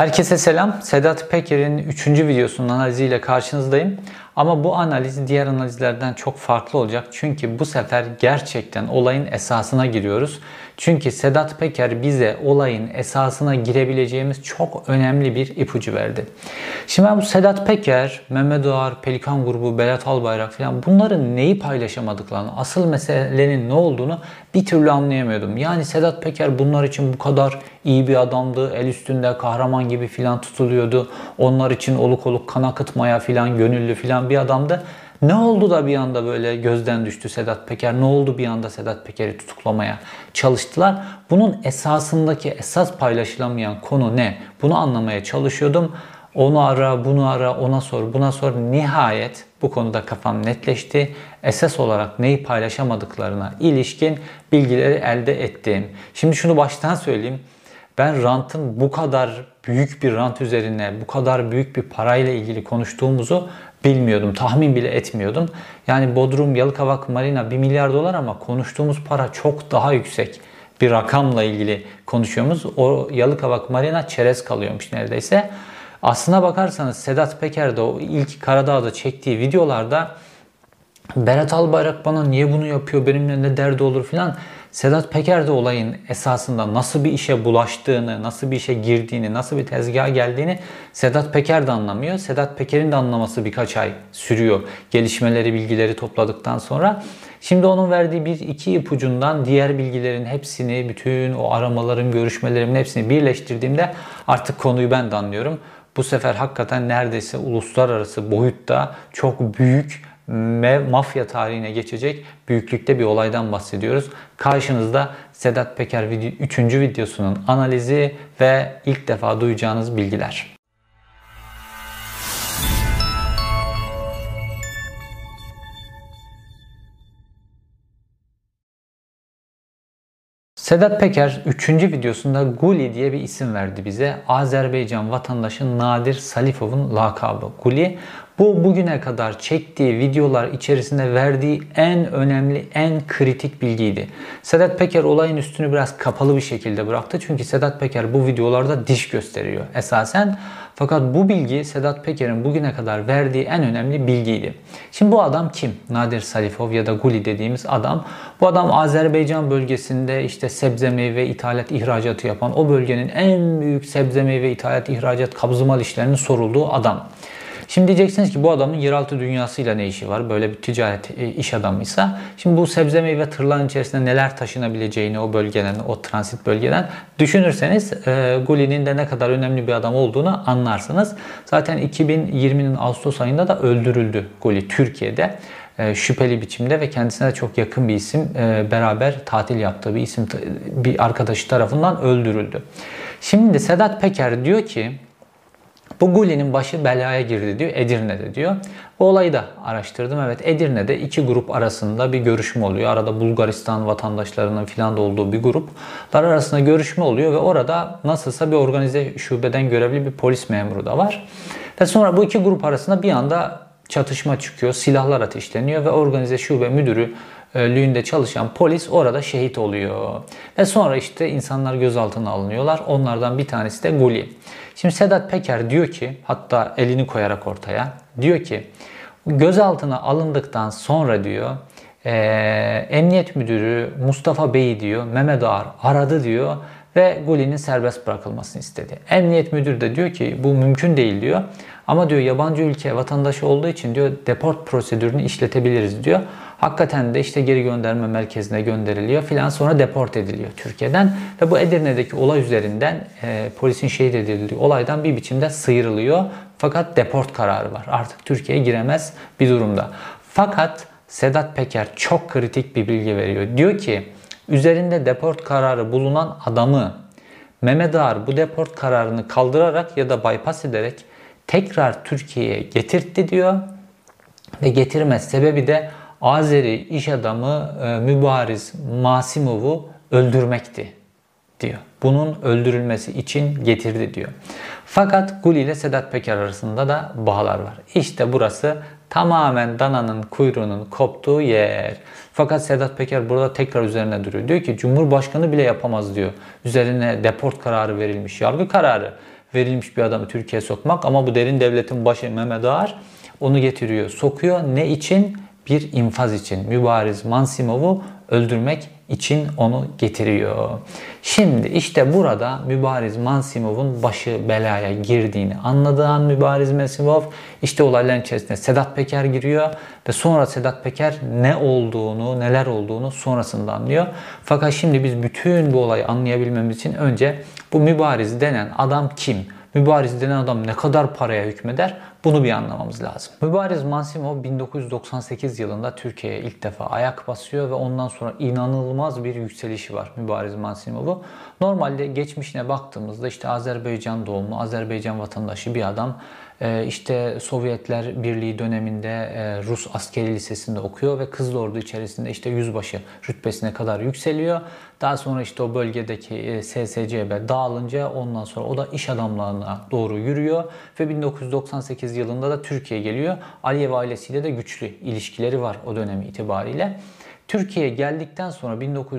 Herkese selam. Sedat Peker'in 3. videosunun analiziyle karşınızdayım. Ama bu analiz diğer analizlerden çok farklı olacak. Çünkü bu sefer gerçekten olayın esasına giriyoruz. Çünkü Sedat Peker bize olayın esasına girebileceğimiz çok önemli bir ipucu verdi. Şimdi ben bu Sedat Peker, Mehmet Ağar, Pelikan Grubu, Berat Albayrak falan bunların neyi paylaşamadıklarını, asıl meselenin ne olduğunu bir türlü anlayamıyordum. Yani Sedat Peker bunlar için bu kadar iyi bir adamdı, el üstünde kahraman gibi filan tutuluyordu. Onlar için oluk oluk kan akıtmaya filan gönüllü filan bir adamdı. Ne oldu da bir anda böyle gözden düştü Sedat Peker? Ne oldu bir anda Sedat Peker'i tutuklamaya çalıştılar? Bunun esasındaki esas paylaşılamayan konu ne? Bunu anlamaya çalışıyordum. Onu ara, bunu ara, ona sor, buna sor. Nihayet bu konuda kafam netleşti. Esas olarak neyi paylaşamadıklarına ilişkin bilgileri elde ettim. Şimdi şunu baştan söyleyeyim. Ben rantın bu kadar büyük bir rant üzerine, bu kadar büyük bir parayla ilgili konuştuğumuzu bilmiyordum. Tahmin bile etmiyordum. Yani Bodrum, Yalıkavak, Marina 1 milyar dolar ama konuştuğumuz para çok daha yüksek bir rakamla ilgili konuşuyoruz. O Yalıkavak, Marina çerez kalıyormuş neredeyse. Aslına bakarsanız Sedat Peker de o ilk Karadağ'da çektiği videolarda Berat Albayrak bana niye bunu yapıyor, benimle ne derdi olur filan. Sedat Peker de olayın esasında nasıl bir işe bulaştığını, nasıl bir işe girdiğini, nasıl bir tezgaha geldiğini Sedat Peker de anlamıyor. Sedat Peker'in de anlaması birkaç ay sürüyor gelişmeleri, bilgileri topladıktan sonra. Şimdi onun verdiği bir iki ipucundan diğer bilgilerin hepsini, bütün o aramaların, görüşmelerimin hepsini birleştirdiğimde artık konuyu ben de anlıyorum. Bu sefer hakikaten neredeyse uluslararası boyutta çok büyük ve mafya tarihine geçecek büyüklükte bir olaydan bahsediyoruz. Karşınızda Sedat Peker 3. videosunun analizi ve ilk defa duyacağınız bilgiler. Sedat Peker 3. videosunda Guli diye bir isim verdi bize. Azerbaycan vatandaşı Nadir Salifov'un lakabı Guli. Bu bugüne kadar çektiği videolar içerisinde verdiği en önemli, en kritik bilgiydi. Sedat Peker olayın üstünü biraz kapalı bir şekilde bıraktı. Çünkü Sedat Peker bu videolarda diş gösteriyor esasen. Fakat bu bilgi Sedat Peker'in bugüne kadar verdiği en önemli bilgiydi. Şimdi bu adam kim? Nadir Salifov ya da Guli dediğimiz adam. Bu adam Azerbaycan bölgesinde işte sebze meyve ithalat ihracatı yapan, o bölgenin en büyük sebze meyve ithalat ihracat kabzımal işlerinin sorulduğu adam. Şimdi diyeceksiniz ki bu adamın yeraltı dünyasıyla ne işi var? Böyle bir ticaret iş adamıysa. Şimdi bu sebze meyve tırların içerisinde neler taşınabileceğini o bölgeden, o transit bölgeden düşünürseniz Guli'nin de ne kadar önemli bir adam olduğunu anlarsınız. Zaten 2020'nin Ağustos ayında da öldürüldü Guli Türkiye'de. Şüpheli biçimde ve kendisine de çok yakın bir isim, beraber tatil yaptığı bir isim, bir arkadaşı tarafından öldürüldü. Şimdi Sedat Peker diyor ki bu Guli'nin başı belaya girdi diyor Edirne'de diyor. Bu olayı da araştırdım. Evet, Edirne'de iki grup arasında bir görüşme oluyor. Arada Bulgaristan vatandaşlarının filan da olduğu bir gruplar arasında görüşme oluyor ve orada nasılsa bir organize şubeden görevli bir polis memuru da var. Ve sonra bu iki grup arasında bir anda çatışma çıkıyor, silahlar ateşleniyor ve organize şube müdürlüğünde çalışan polis orada şehit oluyor. Ve sonra işte insanlar gözaltına alınıyorlar. Onlardan bir tanesi de Guli. Şimdi Sedat Peker diyor ki, hatta elini koyarak ortaya, diyor ki gözaltına alındıktan sonra diyor Emniyet Müdürü Mustafa Bey'i diyor Mehmet Ağar aradı diyor ve Guli'nin serbest bırakılmasını istedi. Emniyet Müdürü de diyor ki bu mümkün değil diyor. Ama diyor yabancı ülke vatandaşı olduğu için diyor deport prosedürünü işletebiliriz diyor. Hakikaten de işte geri gönderme merkezine gönderiliyor filan, sonra deport ediliyor Türkiye'den. Ve bu Edirne'deki olay üzerinden polisin şehit edildiği olaydan bir biçimde sıyrılıyor. Fakat deport kararı var. Artık Türkiye'ye giremez bir durumda. Fakat Sedat Peker çok kritik bir bilgi veriyor. Diyor ki üzerinde deport kararı bulunan adamı Mehmet Ağar bu deport kararını kaldırarak ya da bypass ederek tekrar Türkiye'ye getirtti diyor. Ve getirme sebebi de Azeri iş adamı Mübariz Masimov'u öldürmekti diyor. Bunun öldürülmesi için getirdi diyor. Fakat Guli ile Sedat Peker arasında da bağlar var. İşte burası tamamen dananın kuyruğunun koptuğu yer. Fakat Sedat Peker burada tekrar üzerine duruyor. Diyor ki Cumhurbaşkanı bile yapamaz diyor. Üzerine deport kararı verilmiş, yargı kararı. verilmiş bir adamı Türkiye'ye sokmak, ama bu derin devletin başı Mehmet Ağar onu getiriyor, sokuyor. Ne için? Bir infaz için. Mübariz Mansimov'u öldürmek için onu getiriyor. Şimdi işte burada Mübariz Mansimov'un başı belaya girdiğini anladığı an Mübariz Mansimov, işte olayların içerisinde Sedat Peker giriyor ve sonra Sedat Peker ne olduğunu, neler olduğunu sonrasında anlıyor. Fakat şimdi biz bütün bu olayı anlayabilmemiz için önce bu Mübariz denen adam kim? Mübariz denen adam ne kadar paraya hükmeder? Bunu bir anlamamız lazım. Mübariz Mansimov 1998 yılında Türkiye'ye ilk defa ayak basıyor ve ondan sonra inanılmaz bir yükselişi var Mübariz Mansimov'u. Normalde geçmişine baktığımızda işte Azerbaycan doğumlu, Azerbaycan vatandaşı bir adam. İşte Sovyetler Birliği döneminde Rus askeri lisesinde okuyor ve Kızıl Ordu içerisinde işte yüzbaşı rütbesine kadar yükseliyor. Daha sonra işte o bölgedeki SSCB dağılınca ondan sonra o da iş adamlarına doğru yürüyor ve 1998 yılında da Türkiye'ye geliyor. Aliyev ailesiyle de güçlü ilişkileri var o dönemi itibariyle. Türkiye'ye geldikten sonra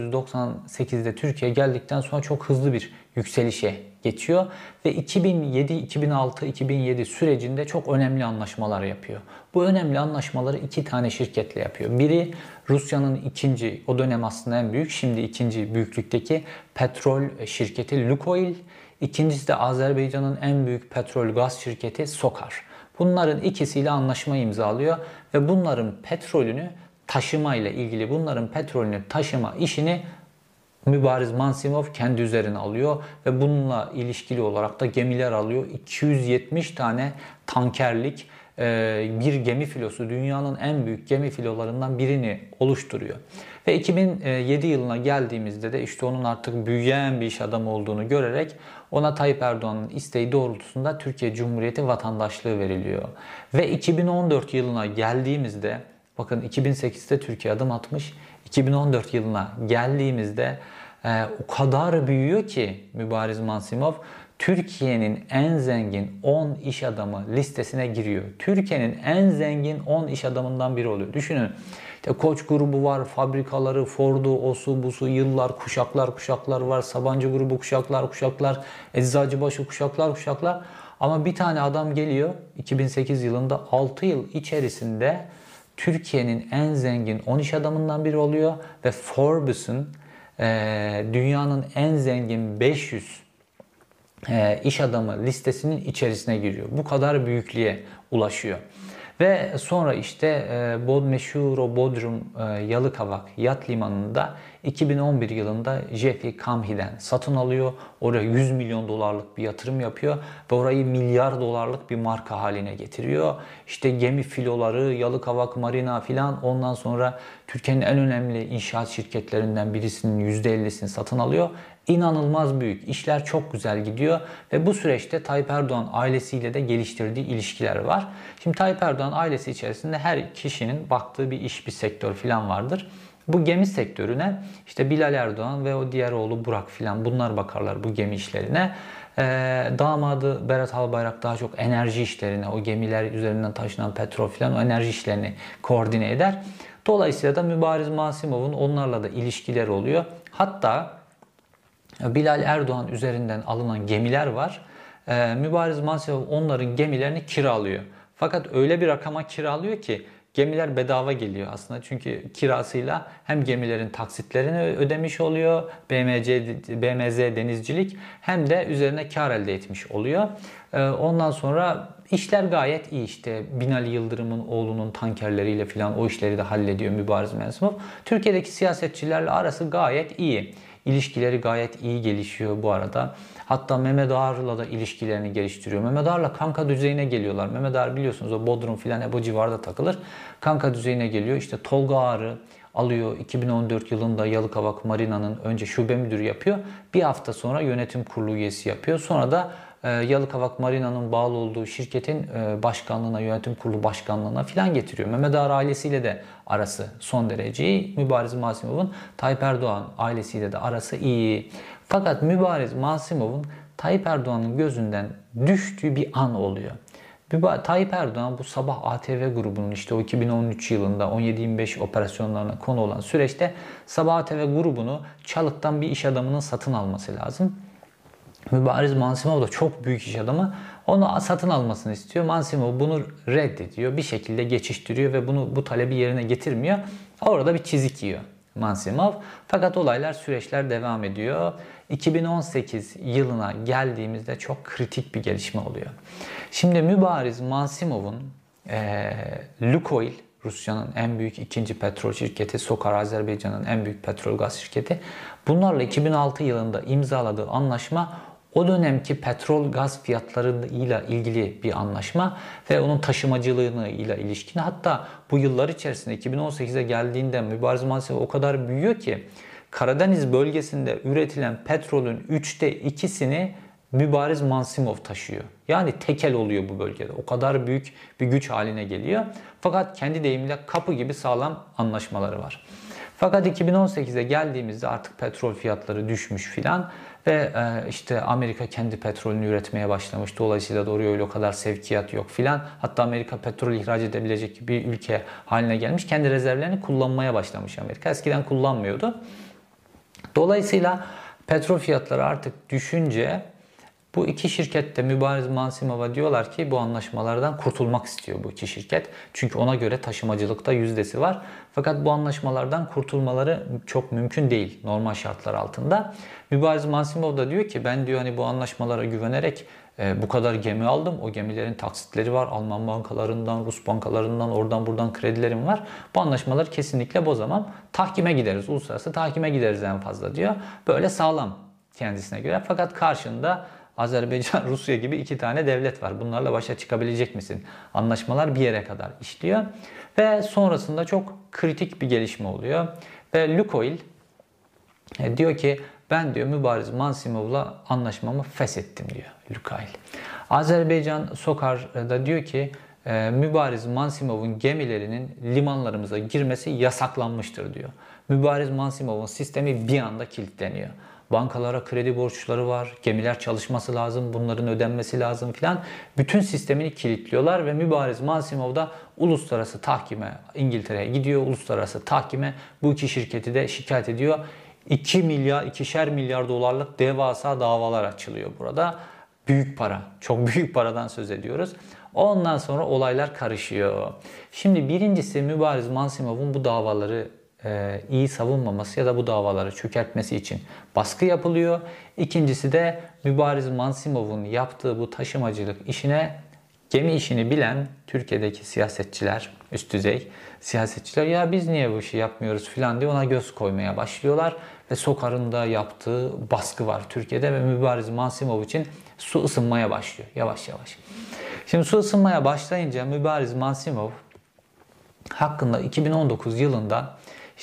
1998'de Türkiye'ye geldikten sonra çok hızlı bir yükselişe geçiyor ve 2007, 2006, 2007 sürecinde çok önemli anlaşmalar yapıyor. Bu önemli anlaşmaları iki tane şirketle yapıyor. Biri Rusya'nın ikinci, o dönem aslında en büyük, şimdi ikinci büyüklükteki petrol şirketi Lukoil. İkincisi de Azerbaycan'ın en büyük petrol gaz şirketi Sokar. Bunların ikisiyle anlaşma imzalıyor ve bunların petrolünü taşıma ile ilgili, bunların petrolünü taşıma işini Mübariz Mansimov kendi üzerine alıyor ve bununla ilişkili olarak da gemiler alıyor. 270 tane tankerlik bir gemi filosu, dünyanın en büyük gemi filolarından birini oluşturuyor. Ve 2007 yılına geldiğimizde de işte onun artık büyüyen bir iş adamı olduğunu görerek ona Tayyip Erdoğan'ın isteği doğrultusunda Türkiye Cumhuriyeti vatandaşlığı veriliyor. Ve 2014 yılına geldiğimizde, bakın 2008'de Türkiye adım atmış, 2014 yılına geldiğimizde o kadar büyüyor ki Mübariz Mansimov, Türkiye'nin en zengin 10 iş adamı listesine giriyor. Türkiye'nin en zengin 10 iş adamından biri oluyor. Düşünün, işte Koç grubu var, fabrikaları, Ford'u, osu, busu, yıllar, kuşaklar var. Sabancı grubu kuşaklar, Eczacıbaşı kuşaklar. Ama bir tane adam geliyor 2008 yılında 6 yıl içerisinde Türkiye'nin en zengin 10 iş adamından biri oluyor ve Forbes'un dünyanın en zengin 500 iş adamı listesinin içerisine giriyor. Bu kadar büyüklüğe ulaşıyor. Ve sonra işte meşhur o Bodrum Yalıkavak Yat Limanı'nda 2011 yılında Jeffrey Kamhi'den satın alıyor. Oraya 100 milyon dolarlık bir yatırım yapıyor ve orayı milyar dolarlık bir marka haline getiriyor. İşte gemi filoları, Yalıkavak Marina filan, ondan sonra Türkiye'nin en önemli inşaat şirketlerinden birisinin %50'sini satın alıyor. İnanılmaz büyük. İşler çok güzel gidiyor ve bu süreçte Tayyip Erdoğan ailesiyle de geliştirdiği ilişkiler var. Şimdi Tayyip Erdoğan ailesi içerisinde her kişinin baktığı bir iş, bir sektör falan vardır. Bu gemi sektörüne işte Bilal Erdoğan ve o diğer oğlu Burak filan, bunlar bakarlar bu gemi işlerine. Damadı Berat Albayrak daha çok enerji işlerine, o gemiler üzerinden taşınan petrol filan, o enerji işlerini koordine eder. Dolayısıyla da Mübariz Mansimov'un onlarla da ilişkileri oluyor. Hatta Bilal Erdoğan üzerinden alınan gemiler var. Mübariz Mansimov onların gemilerini kiralıyor. Fakat öyle bir rakama kiralıyor ki gemiler bedava geliyor aslında. Çünkü kirasıyla hem gemilerin taksitlerini ödemiş oluyor BMZ Denizcilik, hem de üzerine kar elde etmiş oluyor. Ondan sonra işler gayet iyi, işte Binali Yıldırım'ın oğlunun tankerleriyle filan o işleri de hallediyor Mübariz Mansimov. Türkiye'deki siyasetçilerle arası gayet iyi. İlişkileri gayet iyi gelişiyor bu arada. Hatta Mehmet Ağar'la da ilişkilerini geliştiriyor. Mehmet Ağar'la kanka düzeyine geliyorlar. Mehmet Ağar biliyorsunuz o Bodrum filan hep o civarda takılır. Kanka düzeyine geliyor. İşte Tolga Ağar'ı alıyor. 2014 yılında Yalıkavak Marina'nın önce şube müdürü yapıyor. Bir hafta sonra yönetim kurulu üyesi yapıyor. Sonra da Yalıkavak Marina'nın bağlı olduğu şirketin başkanlığına, yönetim kurulu başkanlığına filan getiriyor. Mehmet Ağar ailesiyle de arası son derece iyi. Mübariz Mansimov'un Tayyip Erdoğan ailesiyle de arası iyi. Fakat Mübariz Mansimov'un Tayyip Erdoğan'ın gözünden düştüğü bir an oluyor. Tayyip Erdoğan bu Sabah ATV grubunun işte o 2013 yılında 17-25 operasyonlarına konu olan süreçte Sabah ATV grubunu Çalık'tan bir iş adamının satın alması lazım. Mübariz Mansimov da çok büyük iş adamı. Onu satın almasını istiyor. Mansimov bunu reddediyor. Bir şekilde geçiştiriyor ve bu talebi yerine getirmiyor. Orada bir çizik yiyor Mansimov. Fakat süreçler devam ediyor. 2018 yılına geldiğimizde çok kritik bir gelişme oluyor. Şimdi Mübariz Mansimov'un Lukoil, Rusya'nın en büyük ikinci petrol şirketi, Sokar Azerbaycan'ın en büyük petrol gaz şirketi. Bunlarla 2006 yılında imzaladığı anlaşma o dönemki petrol gaz fiyatlarıyla ilgili bir anlaşma ve onun taşımacılığıyla ilişkin. Hatta bu yıllar içerisinde 2018'e geldiğinde Mübariz Mansimov o kadar büyüyor ki Karadeniz bölgesinde üretilen petrolün 3'te 2'sini Mübariz Mansimov taşıyor. Yani tekel oluyor bu bölgede. O kadar büyük bir güç haline geliyor. Fakat kendi deyimiyle kapı gibi sağlam anlaşmaları var. Fakat 2018'e geldiğimizde artık petrol fiyatları düşmüş filan ve işte Amerika kendi petrolünü üretmeye başlamış. Dolayısıyla doğru öyle o kadar sevkiyat yok filan. Hatta Amerika petrol ihraç edebilecek bir ülke haline gelmiş. Kendi rezervlerini kullanmaya başlamış Amerika. Eskiden kullanmıyordu. Dolayısıyla petrol fiyatları artık düşünce bu iki şirket de Mübariz Mansimov'a diyorlar ki bu anlaşmalardan kurtulmak istiyor bu iki şirket. Çünkü ona göre taşımacılıkta yüzdesi var. Fakat bu anlaşmalardan kurtulmaları çok mümkün değil normal şartlar altında. Mübariz Mansimov da diyor ki ben diyor hani bu anlaşmalara güvenerek bu kadar gemi aldım. O gemilerin taksitleri var. Alman bankalarından, Rus bankalarından, oradan buradan kredilerim var. Bu anlaşmaları kesinlikle bozamam. Tahkime gideriz. Uluslararası tahkime gideriz en fazla diyor. Böyle sağlam kendisine göre. Fakat karşında Azerbaycan, Rusya gibi iki tane devlet var. Bunlarla başa çıkabilecek misin? Anlaşmalar bir yere kadar işliyor. Ve sonrasında çok kritik bir gelişme oluyor. Ve Lukoil diyor ki ben diyor Mübariz Mansimov'la anlaşmamı feshettim diyor Lukoil. Azerbaycan Sokar da diyor ki Mübariz Mansimov'un gemilerinin limanlarımıza girmesi yasaklanmıştır diyor. Mübariz Mansimov'un sistemi bir anda kilitleniyor. Bankalara kredi borçları var, gemiler çalışması lazım, bunların ödenmesi lazım filan. Bütün sistemini kilitliyorlar ve Mübariz Mansimov da uluslararası tahkime İngiltere'ye gidiyor. Uluslararası tahkime bu iki şirketi de şikayet ediyor. 2'şer milyar dolarlık devasa davalar açılıyor burada. Büyük para, çok büyük paradan söz ediyoruz. Ondan sonra olaylar karışıyor. Şimdi birincisi Mübariz Mansimov'un bu davaları iyi savunmaması ya da bu davaları çökertmesi için baskı yapılıyor. İkincisi de Mübariz Mansimov'un yaptığı bu taşımacılık işine gemi işini bilen Türkiye'deki siyasetçiler, üst düzey siyasetçiler ya biz niye bu işi yapmıyoruz filan diye ona göz koymaya başlıyorlar. Ve Sokar'ın da yaptığı baskı var Türkiye'de ve Mübariz Mansimov için su ısınmaya başlıyor yavaş yavaş. Şimdi su ısınmaya başlayınca Mübariz Mansimov hakkında 2019 yılında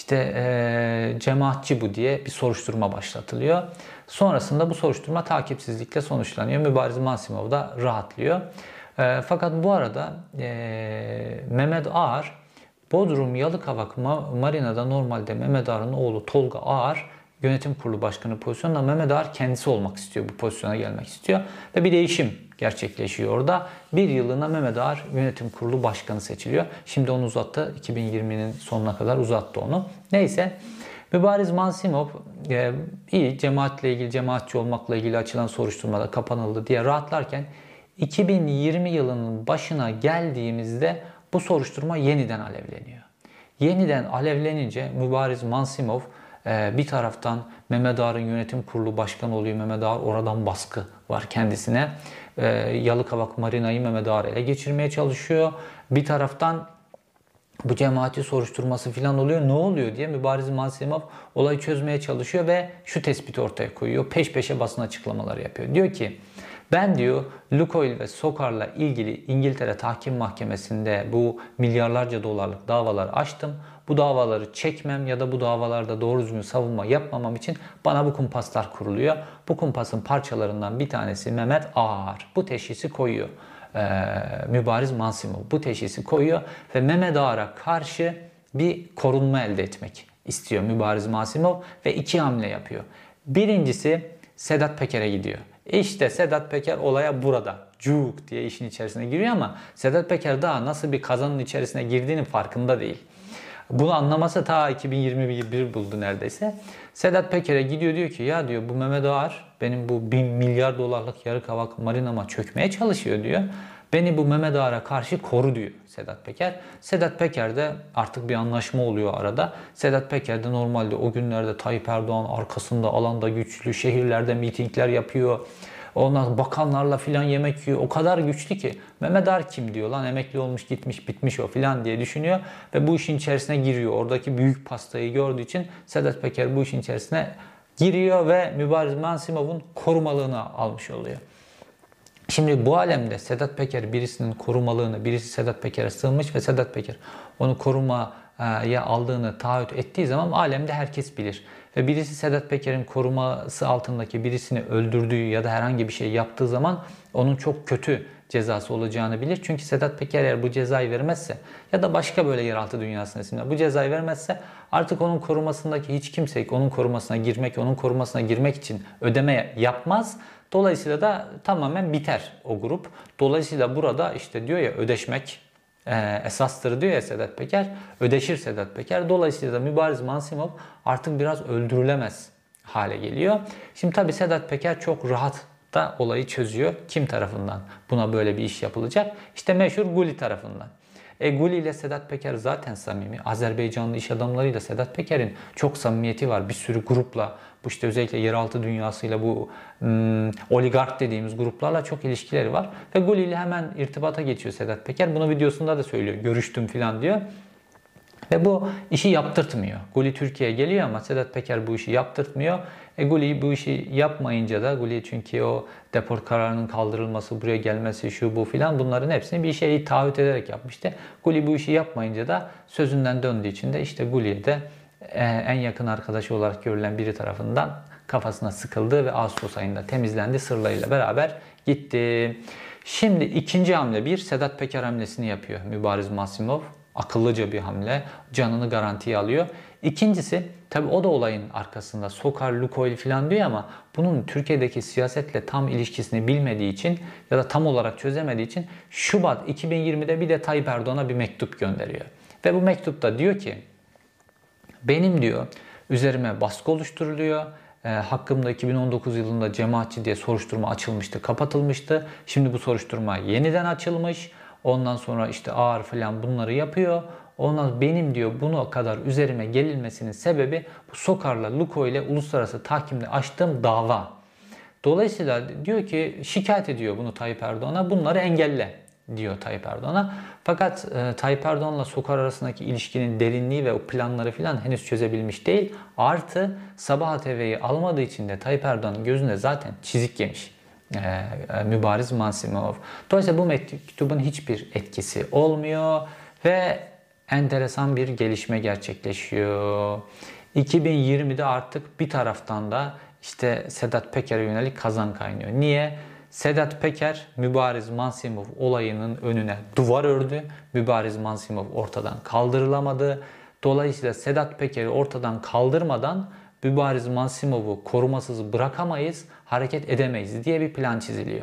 cemaatçi bu diye bir soruşturma başlatılıyor. Sonrasında bu soruşturma takipsizlikle sonuçlanıyor. Mübariz Mansimov da rahatlıyor. Fakat bu arada Mehmet Ağar Bodrum Yalıkavak Marina'da normalde Mehmet Ağar'ın oğlu Tolga Ağar yönetim kurulu başkanı pozisyonunda Mehmet Ağar kendisi olmak istiyor. Bu pozisyona gelmek istiyor. Ve bir değişim gerçekleşiyor orada. Bir yıllığına Mehmet Ağar yönetim kurulu başkanı seçiliyor. Şimdi onu uzattı. 2020'nin sonuna kadar uzattı onu. Neyse. Mübariz Mansimov iyi cemaatle ilgili, cemaatçi olmakla ilgili açılan soruşturmada kapanıldı diye rahatlarken 2020 yılının başına geldiğimizde bu soruşturma yeniden alevleniyor. Yeniden alevlenince Mübariz Mansimov bir taraftan Mehmet Ağar'ın yönetim kurulu başkanı oluyor. Mehmet Ağar oradan baskı var kendisine. Yalıkavak Marina'yı Mehmet Ağar ele geçirmeye çalışıyor. Bir taraftan bu cemaati soruşturması falan oluyor. Ne oluyor diye Mübariz Mansimov olayı çözmeye çalışıyor ve şu tespiti ortaya koyuyor. Peş peşe basın açıklamaları yapıyor. Diyor ki ben diyor Lukoil ve Sokar'la ilgili İngiltere Tahkim Mahkemesi'nde bu milyarlarca dolarlık davaları açtım. Bu davaları çekmem ya da bu davalarda doğru düzgün savunma yapmamam için bana bu kumpaslar kuruluyor. Bu kumpasın parçalarından bir tanesi Mehmet Ağar. Bu teşhisi koyuyor. Mübariz Mansimov bu teşhisi koyuyor ve Mehmet Ağar'a karşı bir korunma elde etmek istiyor Mübariz Mansimov ve iki hamle yapıyor. Birincisi Sedat Peker'e gidiyor. İşte Sedat Peker olaya burada cuk diye işin içerisine giriyor ama Sedat Peker daha nasıl bir kazanın içerisine girdiğinin farkında değil. Bunu anlaması ta 2021 buldu neredeyse. Sedat Peker'e gidiyor diyor ki ya diyor bu Mehmet Ağar benim bu 1 milyar dolarlık Yalıkavak marinama çökmeye çalışıyor diyor. Beni bu Mehmet Ağar'a karşı koru diyor Sedat Peker. Sedat Peker'de artık bir anlaşma oluyor arada. Sedat Peker de normalde o günlerde Tayyip Erdoğan arkasında, alanda güçlü, şehirlerde mitingler yapıyor. Ondan bakanlarla filan yemek yiyor. O kadar güçlü ki Mehmet Ağar kim diyor lan, emekli olmuş gitmiş bitmiş o filan diye düşünüyor. Ve bu işin içerisine giriyor. Oradaki büyük pastayı gördüğü için Sedat Peker bu işin içerisine giriyor ve Mübariz Mansimov'un korumalığını almış oluyor. Şimdi bu alemde Sedat Peker birisinin korumalığını, birisi Sedat Peker'e sığınmış ve Sedat Peker onu korumaya aldığını taahhüt ettiği zaman alemde herkes bilir. Ve birisi Sedat Peker'in koruması altındaki birisini öldürdüğü ya da herhangi bir şey yaptığı zaman onun çok kötü cezası olacağını bilir. Çünkü Sedat Peker eğer bu cezayı vermezse ya da başka böyle yeraltı dünyasında isimler bu cezayı vermezse artık onun korumasındaki hiç kimse onun korumasına girmek için ödeme yapmaz. Dolayısıyla da tamamen biter o grup. Dolayısıyla burada işte diyor ya, ödeşmek esastır diyor ya Sedat Peker. Ödeşir Sedat Peker. Dolayısıyla da Mübariz Mansimov artık biraz öldürülemez hale geliyor. Şimdi tabii Sedat Peker çok rahat da olayı çözüyor. Kim tarafından buna böyle bir iş yapılacak? İşte meşhur Guli tarafından. Guli ile Sedat Peker zaten samimi. Azerbaycanlı iş adamlarıyla Sedat Peker'in çok samimiyeti var. Bir sürü grupla, bu işte özellikle yeraltı dünyasıyla, bu oligark dediğimiz gruplarla çok ilişkileri var. Ve Guli ile hemen irtibata geçiyor Sedat Peker. Bunu videosunda da söylüyor. Görüştüm falan diyor. Ve bu işi yaptırtmıyor. Guli Türkiye'ye geliyor ama Sedat Peker bu işi yaptırtmıyor. Guli bu işi yapmayınca da, Guli çünkü o deport kararının kaldırılması, buraya gelmesi, şu bu filan, bunların hepsini bir şeyi taahhüt ederek yapmıştı. Guli bu işi yapmayınca da sözünden döndüğü için de işte Guli'ye de en yakın arkadaşı olarak görülen biri tarafından kafasına sıkıldı ve Ağustos ayında temizlendi, sırlarıyla beraber gitti. Şimdi ikinci hamle, Sedat Peker hamlesini yapıyor Mübariz Mansimov. Akıllıca bir hamle. Canını garantiye alıyor. İkincisi, tabii o da olayın arkasında. Sokar, Lukoil falan diyor ama bunun Türkiye'deki siyasetle tam ilişkisini bilmediği için ya da tam olarak çözemediği için Şubat 2020'de bir de Tayyip Erdoğan'a bir mektup gönderiyor. Ve bu mektupta diyor ki, benim diyor üzerime baskı oluşturuluyor. Hakkımda 2019 yılında cemaatçi diye soruşturma açılmıştı, kapatılmıştı. Şimdi bu soruşturma yeniden açılmış. Ondan sonra işte ağır falan bunları yapıyor. Ondan benim diyor bunu kadar üzerime gelinmesinin sebebi bu Sokar'la Lukoil'e uluslararası tahkimle açtığım dava. Dolayısıyla diyor ki, şikayet ediyor bunu Tayyip Erdoğan'a, bunları engelle diyor Tayyip Erdoğan'a. Fakat Tayyip Erdoğan'la Sokar arasındaki ilişkinin derinliği ve o planları falan henüz çözebilmiş değil. Artı Sabah TV'yi almadığı için de Tayyip Erdoğan'ın gözünde zaten çizik yemiş Mübariz Mansimov. Dolayısıyla bu mektubun hiçbir etkisi olmuyor ve enteresan bir gelişme gerçekleşiyor. 2020'de artık bir taraftan da işte Sedat Peker'e yönelik kazan kaynıyor. Niye? Sedat Peker Mübariz Mansimov olayının önüne duvar ördü. Mübariz Mansimov ortadan kaldırılamadı. Dolayısıyla Sedat Peker'i ortadan kaldırmadan Mübariz Mansimov'u korumasız bırakamayız, hareket edemeyiz diye bir plan çiziliyor.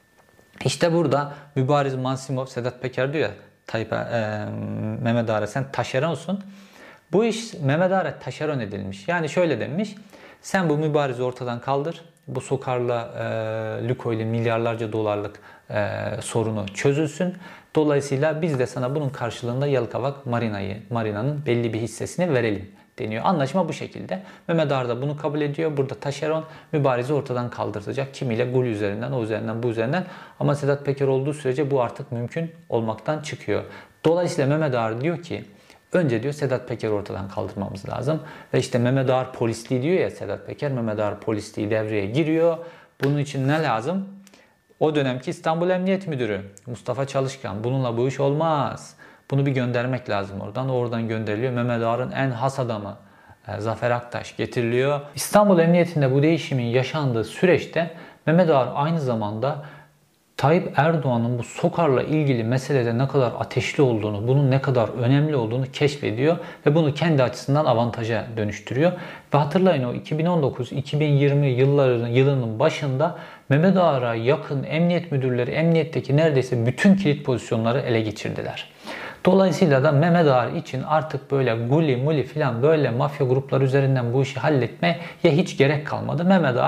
İşte burada Mübariz Mansimov, Sedat Peker diyor ya Mehmet Ağar'a, sen taşeronsun. Bu iş Mehmet Ağar'a taşeron edilmiş. Yani şöyle demiş, sen bu Mübariz'i ortadan kaldır. Bu Sokar'la Lukoil'in milyarlarca dolarlık sorunu çözülsün. Dolayısıyla biz de sana bunun karşılığında Yalıkavak marinanın belli bir hissesini verelim deniyor. Anlaşma bu şekilde. Mehmet Ağar da bunu kabul ediyor. Burada taşeron Mübariz'i ortadan kaldırtacak. Kimiyle Gül üzerinden, o üzerinden, bu üzerinden. Ama Sedat Peker olduğu sürece bu artık mümkün olmaktan çıkıyor. Dolayısıyla Mehmet Ağar diyor ki, önce diyor Sedat Peker'i ortadan kaldırmamız lazım. Ve işte Mehmet Ağar polisliği diyor ya Sedat Peker. Mehmet Ağar polisliği devreye giriyor. Bunun için ne lazım? O dönemki İstanbul Emniyet Müdürü Mustafa Çalışkan. Bununla bu iş olmaz. Bunu bir göndermek lazım oradan. Oradan gönderiliyor. Mehmet Ağar'ın en has adamı Zafer Aktaş getiriliyor. İstanbul Emniyetinde bu değişimin yaşandığı süreçte Mehmet Ağar aynı zamanda Tayyip Erdoğan'ın bu Sokar'la ilgili meselede ne kadar ateşli olduğunu, bunun ne kadar önemli olduğunu keşfediyor ve bunu kendi açısından avantaja dönüştürüyor. Ve hatırlayın, o 2019-2020 yılının başında Mehmet Ağar'a yakın emniyet müdürleri emniyetteki neredeyse bütün kilit pozisyonları ele geçirdiler. Dolayısıyla da Mehmet Ağar için artık böyle guli filan böyle mafya grupları üzerinden bu işi halletmeye hiç gerek kalmadı. Mehmet Ağar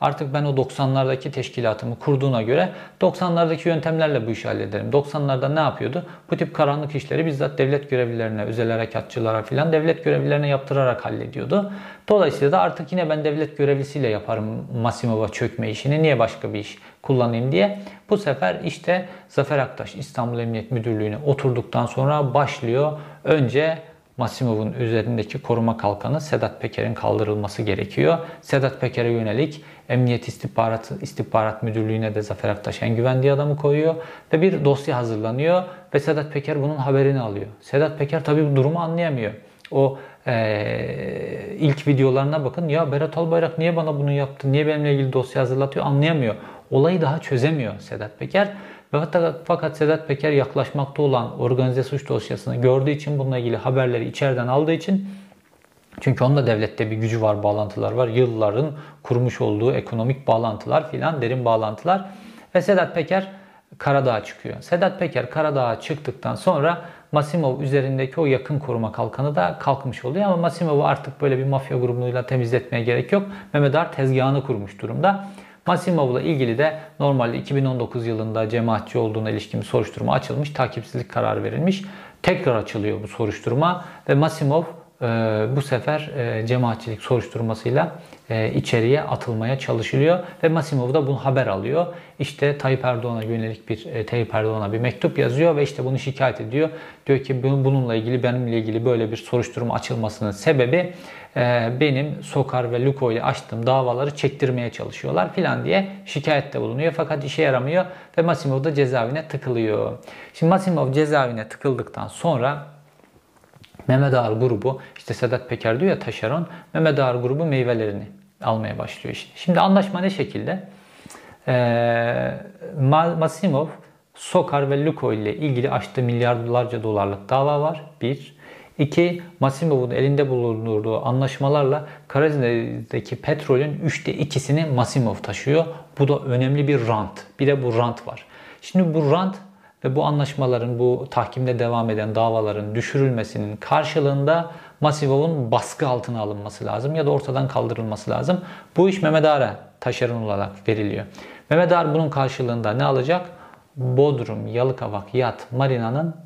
Artık ben o 90'lardaki teşkilatımı kurduğuna göre 90'lardaki yöntemlerle bu işi hallederim. 90'larda ne yapıyordu? Bu tip karanlık işleri bizzat devlet görevlilerine, özel harekatçılara filan devlet görevlilerine yaptırarak hallediyordu. Dolayısıyla da artık yine ben devlet görevlisiyle yaparım Masimov'a çökme işini. Niye başka bir iş kullanayım diye. Bu sefer işte Zafer Aktaş İstanbul Emniyet Müdürlüğü'ne oturduktan sonra başlıyor. Önce Masimov'un üzerindeki koruma kalkanı Sedat Peker'in kaldırılması gerekiyor. Sedat Peker'e yönelik Emniyet İstihbarat Müdürlüğü'ne de Zafer Aktaş en güvendiği adamı koyuyor ve bir dosya hazırlanıyor ve Sedat Peker bunun haberini alıyor. Sedat Peker tabii bu durumu anlayamıyor. O ilk videolarına bakın, ya Berat Albayrak niye bana bunu yaptı, niye benimle ilgili dosya hazırlatıyor, anlayamıyor. Olayı daha çözemiyor Sedat Peker. Fakat Sedat Peker yaklaşmakta olan organize suç dosyasını gördüğü için, bununla ilgili haberleri içeriden aldığı için, çünkü onun da devlette bir gücü var, bağlantılar var. Yılların kurmuş olduğu ekonomik bağlantılar filan, derin bağlantılar. Ve Sedat Peker Karadağ'a çıkıyor. Sedat Peker Karadağ'a çıktıktan sonra Masimov üzerindeki o yakın koruma kalkanı da kalkmış oluyor. Ama Masimov'u artık böyle bir mafya grubuyla temizletmeye gerek yok. Mehmet Ağar tezgahını kurmuş durumda. Masimov'la ilgili de normalde 2019 yılında cemaatçi olduğuna ilişkin bir soruşturma açılmış. Takipsizlik kararı verilmiş. Tekrar açılıyor bu soruşturma ve Masimov bu sefer cemaatçilik soruşturmasıyla içeriye atılmaya çalışılıyor ve Masimov da bunu haber alıyor. İşte Tayyip Erdoğan'a yönelik Tayyip Erdoğan'a bir mektup yazıyor ve işte bunu şikayet ediyor. Diyor ki bununla ilgili, benimle ilgili böyle bir soruşturma açılmasının sebebi benim Sokar ve Luko ile açtığım davaları çektirmeye çalışıyorlar filan diye şikayette bulunuyor. Fakat işe yaramıyor ve Masimov da cezaevine tıkılıyor. Şimdi Masimov cezaevine tıkıldıktan sonra Mehmet Ağar grubu, işte Sedat Peker diyor ya taşeron, Mehmet Ağar grubu meyvelerini almaya başlıyor işte. Şimdi anlaşma ne şekilde? Masimov, Sokar ve Luko ile ilgili açtığı milyarlarca dolarlık dava var. Bir. İki, Masimov'un elinde bulundurduğu anlaşmalarla Karadeniz'deki petrolün 2/3'sini Masimov taşıyor. Bu da önemli bir rant. Bir de bu rant var. Şimdi bu rant ve bu anlaşmaların, bu tahkimde devam eden davaların düşürülmesinin karşılığında Masimov'un baskı altına alınması lazım ya da ortadan kaldırılması lazım. Bu iş Mehmet Ağar'a taşeron olarak veriliyor. Mehmet Ağar bunun karşılığında ne alacak? Bodrum, Yalıkavak, Yat, Marina'nın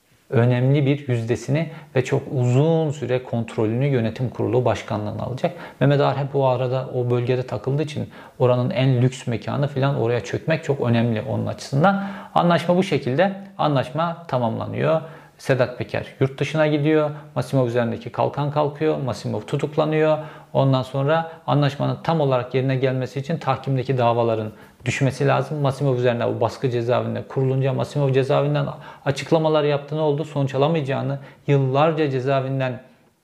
önemli bir yüzdesini ve çok uzun süre kontrolünü yönetim kurulu başkanlığına alacak. Mehmet Ağar hep o arada, o bölgede takıldığı için oranın en lüks mekanı falan, oraya çökmek çok önemli onun açısından. Anlaşma bu şekilde. Anlaşma tamamlanıyor. Sedat Peker yurt dışına gidiyor. Masimov üzerindeki kalkan kalkıyor. Masimov tutuklanıyor. Ondan sonra anlaşmanın tam olarak yerine gelmesi için tahkimdeki davaların düşmesi lazım. Masimov üzerine bu baskı cezaevinde kurulunca Masimov cezaevinden açıklamalar yaptı. Ne oldu? Sonuç alamayacağını, yıllarca cezaevinden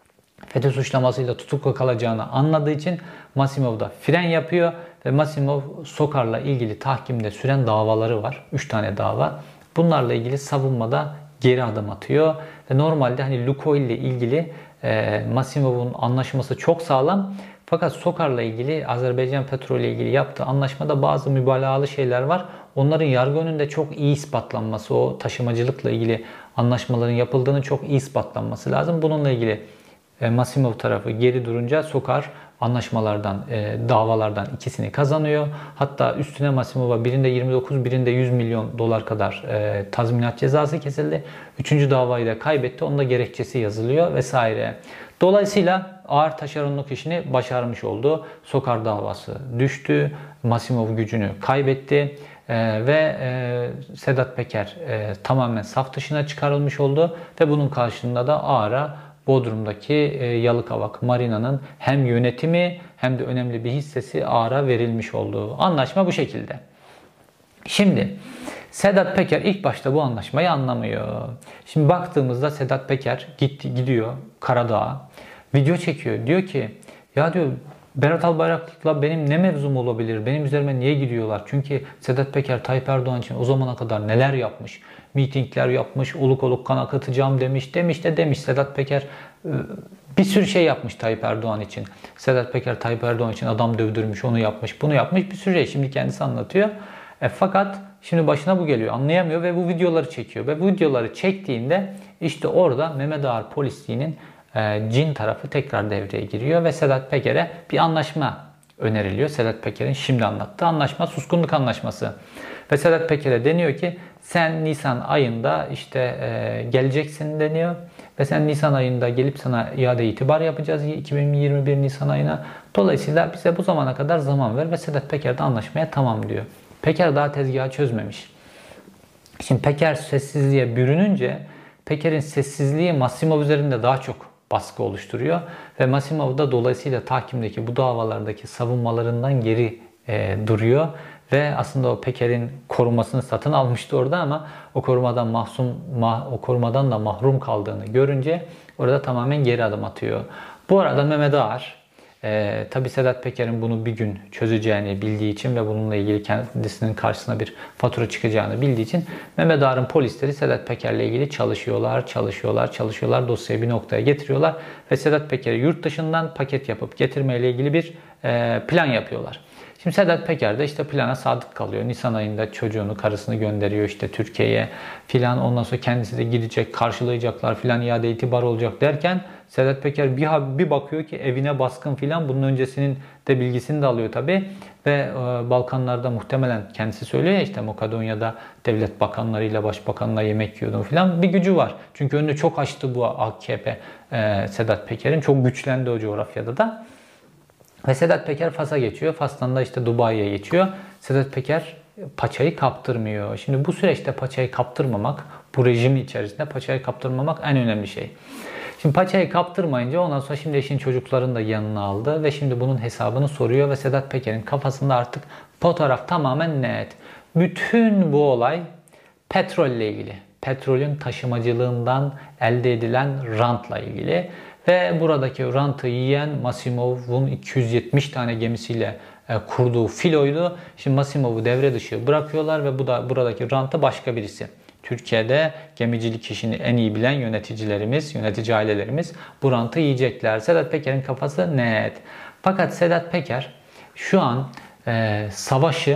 FETÖ suçlamasıyla tutuklu kalacağını anladığı için Masimov da fren yapıyor ve Masimov Sokar'la ilgili tahkimde süren davaları var. 3 tane dava. Bunlarla ilgili savunmada geri adım atıyor. Ve normalde hani Lukoil ile ilgili Masimov'un anlaşması çok sağlam. Fakat Sokar'la ilgili, Azerbaycan Petrol ile ilgili yaptığı anlaşmada bazı mübalağalı şeyler var. Onların yargı önünde çok iyi ispatlanması, o taşımacılıkla ilgili anlaşmaların yapıldığını çok iyi ispatlanması lazım. Bununla ilgili Masimov tarafı geri durunca Sokar anlaşmalardan, davalardan ikisini kazanıyor. Hatta üstüne Masimov'a birinde 29, birinde 100 milyon dolar kadar tazminat cezası kesildi. Üçüncü davayı da kaybetti. Onun da gerekçesi yazılıyor vesaire. Dolayısıyla ağır taşeronluk işini başarmış oldu. Sokar davası düştü. Masimov gücünü kaybetti. Ve Sedat Peker tamamen saf dışına çıkarılmış oldu. Ve bunun karşılığında da Ağar'a Bodrum'daki Yalıkavak Marina'nın hem yönetimi hem de önemli bir hissesi Ağar'a verilmiş olduğu anlaşma bu şekilde. Şimdi Sedat Peker ilk başta bu anlaşmayı anlamıyor. Şimdi baktığımızda Sedat Peker gidiyor Karadağ'a, video çekiyor. Diyor ki ya diyor Berat Albayrak'la benim ne mevzum olabilir? Benim üzerime niye gidiyorlar? Çünkü Sedat Peker Tayyip Erdoğan için o zamana kadar neler yapmış? Mitingler yapmış, oluk oluk kan akıtacağım demiş. Sedat Peker bir sürü şey yapmış Tayyip Erdoğan için. Sedat Peker Tayyip Erdoğan için adam dövdürmüş, onu yapmış, bunu yapmış, bir sürü şey. Şimdi kendisi anlatıyor. Fakat şimdi başına bu geliyor. Anlayamıyor ve bu videoları çekiyor. Ve bu videoları çektiğinde işte orada Mehmet Ağar polisliğinin cin tarafı tekrar devreye giriyor ve Sedat Peker'e bir anlaşma öneriliyor. Sedat Peker'in şimdi anlattığı anlaşma suskunluk anlaşması. Ve Sedat Peker'e deniyor ki sen Nisan ayında işte geleceksin deniyor. Ve sen Nisan ayında gelip sana iade itibar yapacağız 2021 Nisan ayına. Dolayısıyla bize bu zamana kadar zaman ver ve Sedat Peker de anlaşmaya tamam diyor. Peker daha tezgahı çözmemiş. Şimdi Peker sessizliğe bürününce Peker'in sessizliği Massimov üzerinde daha çok baskı oluşturuyor. Ve Massimov da dolayısıyla tahkimdeki bu davalardaki savunmalarından geri duruyor. Ve aslında o Peker'in korumasını satın almıştı orada ama o korumadan da mahrum kaldığını görünce orada tamamen geri adım atıyor. Bu arada Mehmet Ağar tabi Sedat Peker'in bunu bir gün çözeceğini bildiği için ve bununla ilgili kendisinin karşısına bir fatura çıkacağını bildiği için Mehmet Ağar'ın polisleri Sedat Peker'le ilgili çalışıyorlar. Dosyayı bir noktaya getiriyorlar ve Sedat Peker'i yurt dışından paket yapıp getirmeyle ilgili bir plan yapıyorlar. Şimdi Sedat Peker de işte plana sadık kalıyor. Nisan ayında çocuğunu, karısını gönderiyor işte Türkiye'ye filan. Ondan sonra kendisi de gidecek, karşılayacaklar filan, iade itibar olacak derken Sedat Peker bir bakıyor ki evine baskın filan. Bunun öncesinin de bilgisini de alıyor tabi. Ve Balkanlarda muhtemelen kendisi söylüyor ya işte Makedonya'da devlet bakanlarıyla, başbakanla yemek yiyordum filan. Bir gücü var. Çünkü önünü çok açtı bu AKP Sedat Peker'in. Çok güçlendi o coğrafyada da. Ve Sedat Peker Fas'a geçiyor. Fas'tan da işte Dubai'ye geçiyor. Sedat Peker paçayı kaptırmıyor. Şimdi bu süreçte paçayı kaptırmamak, bu rejim içerisinde paçayı kaptırmamak en önemli şey. Şimdi paçayı kaptırmayınca ondan sonra şimdi eşin çocuklarını da yanına aldı ve şimdi bunun hesabını soruyor ve Sedat Peker'in kafasında artık fotoğraf tamamen net. Bütün bu olay petrolle ilgili. Petrolün taşımacılığından elde edilen rantla ilgili. Ve buradaki rantı yiyen Massimov'un 270 tane gemisiyle kurduğu filoydu. Şimdi Massimov'u devre dışı bırakıyorlar ve buradaki rantı başka birisi. Türkiye'de gemicilik işini en iyi bilen yöneticilerimiz, yönetici ailelerimiz bu rantı yiyecekler. Sedat Peker'in kafası net. Fakat Sedat Peker şu an savaşı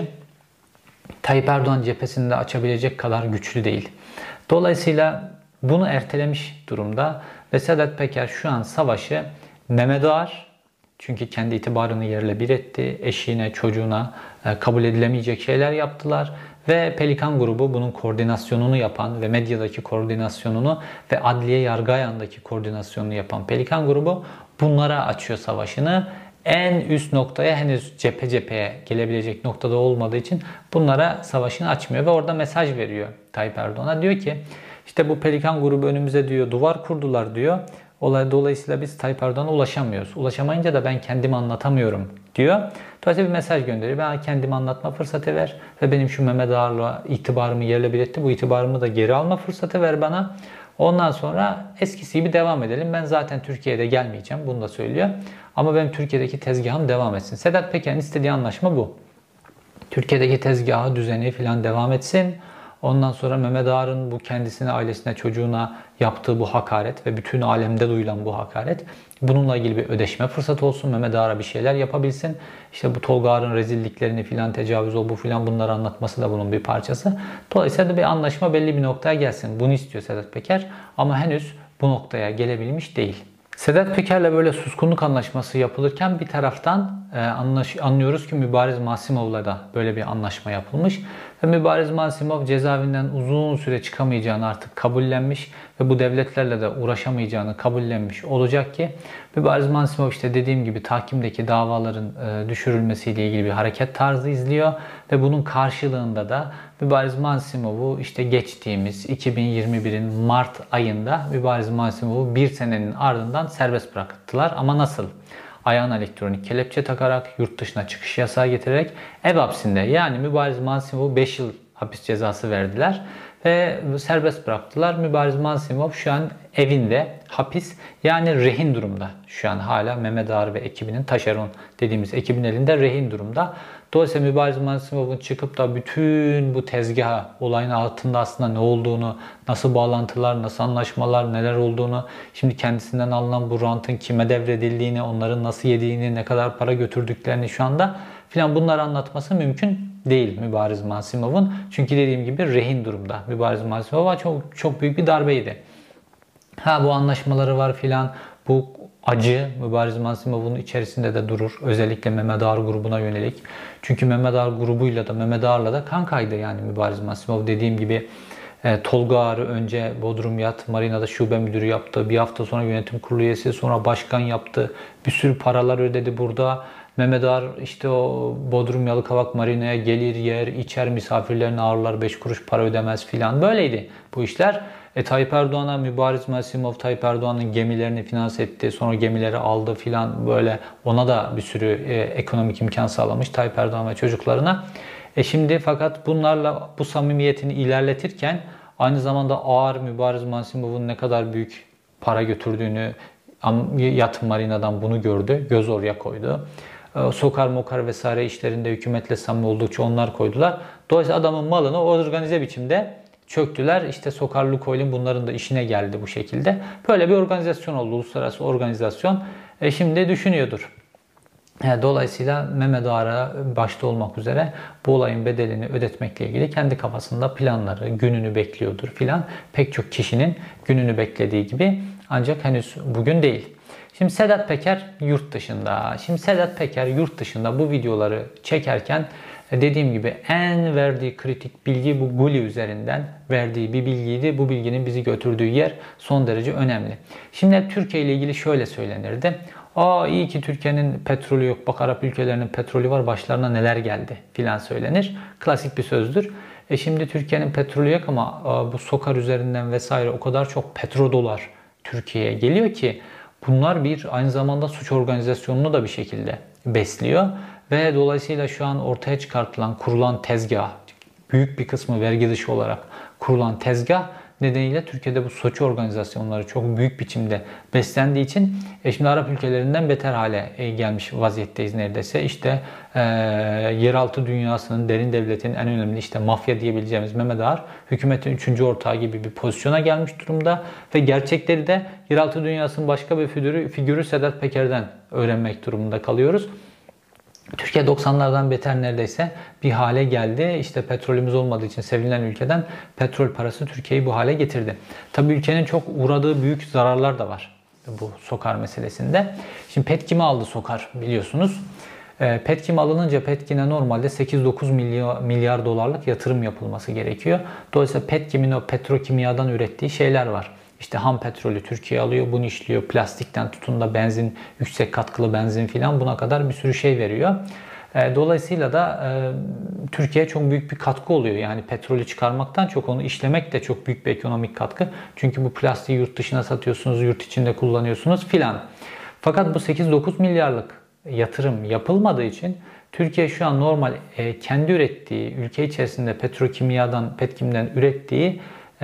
Tayyip Erdoğan cephesinde açabilecek kadar güçlü değil. Dolayısıyla bunu ertelemiş durumda ve Sedat Peker şu an savaşı Mehmet Ağar, çünkü kendi itibarını yerle bir etti, eşine, çocuğuna kabul edilemeyecek şeyler yaptılar ve Pelikan grubu bunun koordinasyonunu yapan ve medyadaki koordinasyonunu ve adliye yargı ayağındaki koordinasyonunu yapan Pelikan grubu bunlara açıyor savaşını. En üst noktaya henüz cepheye gelebilecek noktada olmadığı için bunlara savaşını açmıyor ve orada mesaj veriyor Tayyip Erdoğan'a. Diyor ki işte bu Pelikan grubu önümüze diyor duvar kurdular diyor. Dolayısıyla biz Tayyip Erdoğan'a ulaşamıyoruz. Ulaşamayınca da ben kendimi anlatamıyorum diyor. Dolayısıyla bir mesaj gönderiyor. Ben kendimi anlatma fırsatı ver ve benim şu Mehmet Ağar'la itibarımı yerle bir etti. Bu itibarımı da geri alma fırsatı ver bana. Ondan sonra eskisi gibi devam edelim. Ben zaten Türkiye'de gelmeyeceğim. Bunu da söylüyor. Ama benim Türkiye'deki tezgahım devam etsin. Sedat Peker'in istediği anlaşma bu. Türkiye'deki tezgahı, düzeni falan devam etsin. Ondan sonra Mehmet Ağar'ın bu kendisine, ailesine, çocuğuna yaptığı bu hakaret ve bütün alemde duyulan bu hakaret, bununla ilgili bir ödeşme fırsatı olsun. Mehmet Ağar'a bir şeyler yapabilsin. İşte bu Tolga Ağar'ın rezilliklerini filan, tecavüz o bu filan, bunları anlatması da bunun bir parçası. Dolayısıyla da bir anlaşma belli bir noktaya gelsin. Bunu istiyor Sedat Peker ama henüz bu noktaya gelebilmiş değil. Sedat Peker'le böyle suskunluk anlaşması yapılırken bir taraftan anlıyoruz ki Mübariz Masimov'la da böyle bir anlaşma yapılmış. Ve Mübariz Masimov cezaevinden uzun süre çıkamayacağını artık kabullenmiş ve bu devletlerle de uğraşamayacağını kabullenmiş olacak ki Mübariz Masimov işte dediğim gibi tahkimdeki davaların düşürülmesiyle ilgili bir hareket tarzı izliyor ve bunun karşılığında da Mübariz Masimov'u işte geçtiğimiz 2021'in Mart ayında Mübariz Masimov'u bir senenin ardından serbest bıraktılar. Ama nasıl? Ayağına elektronik kelepçe takarak, yurt dışına çıkış yasağı getirerek ev hapsinde, yani Mübariz Masimov'u 5 yıl hapis cezası verdiler ve serbest bıraktılar. Mübariz Masimov şu an evinde hapis, yani rehin durumda. Şu an hala Mehmet Ağar ve ekibinin, taşeron dediğimiz ekibin elinde rehin durumda. Dolayısıyla Mübariz Masimov'un çıkıp da bütün bu tezgah olayın altında aslında ne olduğunu, nasıl bağlantılar, nasıl anlaşmalar, neler olduğunu, şimdi kendisinden alınan bu rantın kime devredildiğini, onların nasıl yediğini, ne kadar para götürdüklerini şu anda filan bunları anlatması mümkün değil Mübariz Masimov'un. Çünkü dediğim gibi rehin durumda. Mübariz Masimov'a çok büyük bir darbeydi. Bu anlaşmaları var filan, bu acı Mübariz Masimov'un içerisinde de durur. Özellikle Mehmet Ağar grubuna yönelik. Çünkü Mehmet Ağar grubuyla da Mehmet Ağar'la da kankaydı yani Mübariz Masimov. Dediğim gibi Tolga Ağar'ı önce Bodrum Yat Marina'da şube müdürü yaptı. Bir hafta sonra yönetim kurulu üyesi, sonra başkan yaptı. Bir sürü paralar ödedi burada. Mehmet Ağar işte o Bodrum Yalıkavak Marina'ya gelir, yer, içer, misafirlerini ağırlar, 5 kuruş para ödemez filan. Böyleydi bu işler. Tayyip Erdoğan'a Mübariz Masimov, Tayyip Erdoğan'ın gemilerini finanse etti. Sonra gemileri aldı filan, böyle ona da bir sürü ekonomik imkan sağlamış Tayyip Erdoğan ve çocuklarına. Şimdi fakat bunlarla bu samimiyetini ilerletirken aynı zamanda Ağar Mübariz Masimov'un ne kadar büyük para götürdüğünü, Yat Marina'dan bunu gördü. Göz oraya koydu. Sokar mokar vesaire işlerinde hükümetle samimi oldukça onlar koydular. Dolayısıyla adamın malını organize biçimde çöktüler. İşte Sokar Lukoil'in bunların da işine geldi bu şekilde. Böyle bir organizasyon oldu. Uluslararası organizasyon. Şimdi düşünüyordur. Dolayısıyla Mehmet Ağar'a başta olmak üzere bu olayın bedelini ödetmekle ilgili kendi kafasında planları, gününü bekliyordur filan. Pek çok kişinin gününü beklediği gibi, ancak henüz bugün değil. Şimdi Sedat Peker yurt dışında. Şimdi Sedat Peker yurt dışında bu videoları çekerken dediğim gibi en verdiği kritik bilgi bu Guli üzerinden verdiği bir bilgiydi. Bu bilginin bizi götürdüğü yer son derece önemli. Şimdi Türkiye ile ilgili şöyle söylenirdi. İyi ki Türkiye'nin petrolü yok. Bak Arap ülkelerinin petrolü var. Başlarına neler geldi filan söylenir. Klasik bir sözdür. Şimdi Türkiye'nin petrolü yok ama bu Sokar üzerinden vesaire o kadar çok petrodolar Türkiye'ye geliyor ki bunlar aynı zamanda suç organizasyonunu da bir şekilde besliyor. Ve dolayısıyla şu an ortaya çıkartılan, kurulan tezgah, büyük bir kısmı vergi dışı olarak kurulan tezgah nedeniyle Türkiye'de bu suç organizasyonları çok büyük biçimde beslendiği için şimdi Arap ülkelerinden beter hale gelmiş vaziyetteyiz neredeyse. İşte yeraltı dünyasının, derin devletin en önemli işte mafya diyebileceğimiz Mehmet Ağar hükümetin 3. ortağı gibi bir pozisyona gelmiş durumda ve gerçekleri de yeraltı dünyasının başka bir figürü Sedat Peker'den öğrenmek durumunda kalıyoruz. Türkiye 90'lardan beter neredeyse bir hale geldi. İşte petrolümüz olmadığı için sevilen ülkeden petrol parası Türkiye'yi bu hale getirdi. Tabii ülkenin çok uğradığı büyük zararlar da var bu Sokar meselesinde. Şimdi Petkim'i aldı Sokar biliyorsunuz. Petkim alınınca Petkim'e normalde 8-9 milyar dolarlık yatırım yapılması gerekiyor. Dolayısıyla Petkim'in o petrokimyadan ürettiği şeyler var. İşte ham petrolü Türkiye alıyor, bunu işliyor. Plastikten tutun da benzin, yüksek katkılı benzin filan buna kadar bir sürü şey veriyor. Dolayısıyla da Türkiye'ye çok büyük bir katkı oluyor. Yani petrolü çıkarmaktan çok onu işlemek de çok büyük bir ekonomik katkı. Çünkü bu plastiği yurt dışına satıyorsunuz, yurt içinde kullanıyorsunuz filan. Fakat bu 8-9 milyarlık yatırım yapılmadığı için Türkiye şu an normal kendi ürettiği, ülke içerisinde Petkim'den ürettiği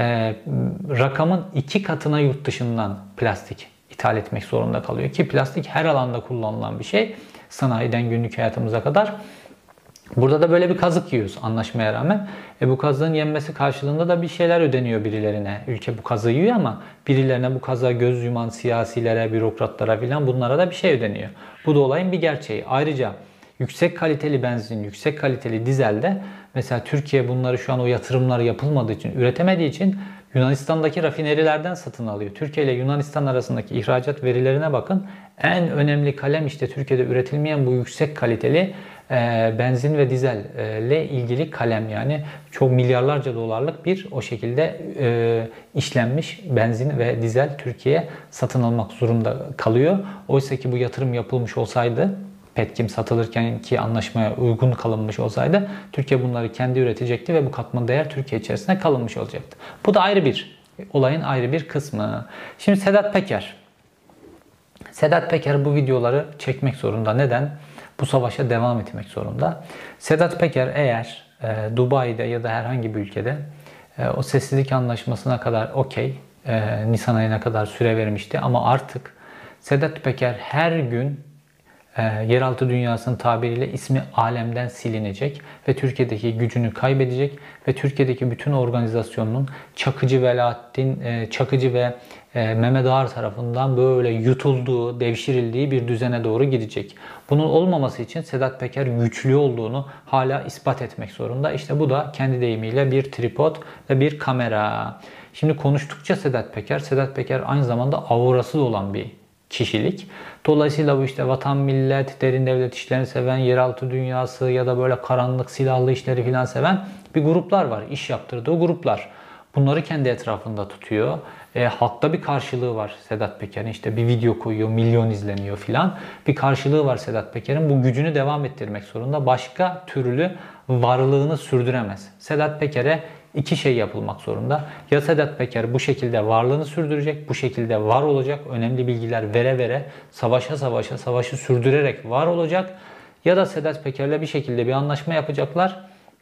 rakamın 2 katına yurt dışından plastik ithal etmek zorunda kalıyor. Ki plastik her alanda kullanılan bir şey. Sanayiden günlük hayatımıza kadar. Burada da böyle bir kazık yiyoruz anlaşmaya rağmen. Bu kazığın yenmesi karşılığında da bir şeyler ödeniyor birilerine. Ülke bu kazığı yiyor ama birilerine bu kazığa göz yuman siyasilere, bürokratlara filan bunlara da bir şey ödeniyor. Bu da olayın bir gerçeği. Ayrıca yüksek kaliteli benzin, yüksek kaliteli dizelde mesela Türkiye bunları şu an o yatırımlar yapılmadığı için, üretemediği için Yunanistan'daki rafinerilerden satın alıyor. Türkiye ile Yunanistan arasındaki ihracat verilerine bakın. En önemli kalem işte Türkiye'de üretilmeyen bu yüksek kaliteli benzin ve dizelle ilgili kalem, yani çok milyarlarca dolarlık bir o şekilde işlenmiş benzin ve dizel Türkiye'ye satın almak zorunda kalıyor. Oysa ki bu yatırım yapılmış olsaydı, Petkim satılırken ki anlaşmaya uygun kalınmış olsaydı Türkiye bunları kendi üretecekti ve bu katma değer Türkiye içerisinde kalınmış olacaktı. Bu da ayrı bir olayın ayrı bir kısmı. Şimdi Sedat Peker. Sedat Peker bu videoları çekmek zorunda. Neden? Bu savaşa devam etmek zorunda. Sedat Peker eğer Dubai'de ya da herhangi bir ülkede o sessizlik anlaşmasına kadar okey, Nisan ayına kadar süre vermişti ama artık Sedat Peker her gün yeraltı dünyasının tabiriyle ismi alemden silinecek ve Türkiye'deki gücünü kaybedecek ve Türkiye'deki bütün organizasyonun Çakıcı ve Mehmet Ağar tarafından böyle yutulduğu, devşirildiği bir düzene doğru gidecek. Bunun olmaması için Sedat Peker güçlü olduğunu hala ispat etmek zorunda. İşte bu da kendi deyimiyle bir tripod ve bir kamera. Şimdi konuştukça Sedat Peker aynı zamanda aurası da olan bir kişilik. Dolayısıyla bu işte vatan, millet, derin devlet işlerini seven, yeraltı dünyası ya da böyle karanlık silahlı işleri filan seven bir gruplar var. İş yaptırdığı gruplar. Bunları kendi etrafında tutuyor. Halkta bir karşılığı var Sedat Peker'in. İşte bir video koyuyor, milyon izleniyor filan. Bir karşılığı var Sedat Peker'in. Bu gücünü devam ettirmek zorunda. Başka türlü varlığını sürdüremez. Sedat Peker'e iki şey yapılmak zorunda. Ya Sedat Peker bu şekilde varlığını sürdürecek, bu şekilde var olacak, önemli bilgiler vere vere, savaşa savaşa, savaşı sürdürerek var olacak. Ya da Sedat Peker'le bir şekilde bir anlaşma yapacaklar.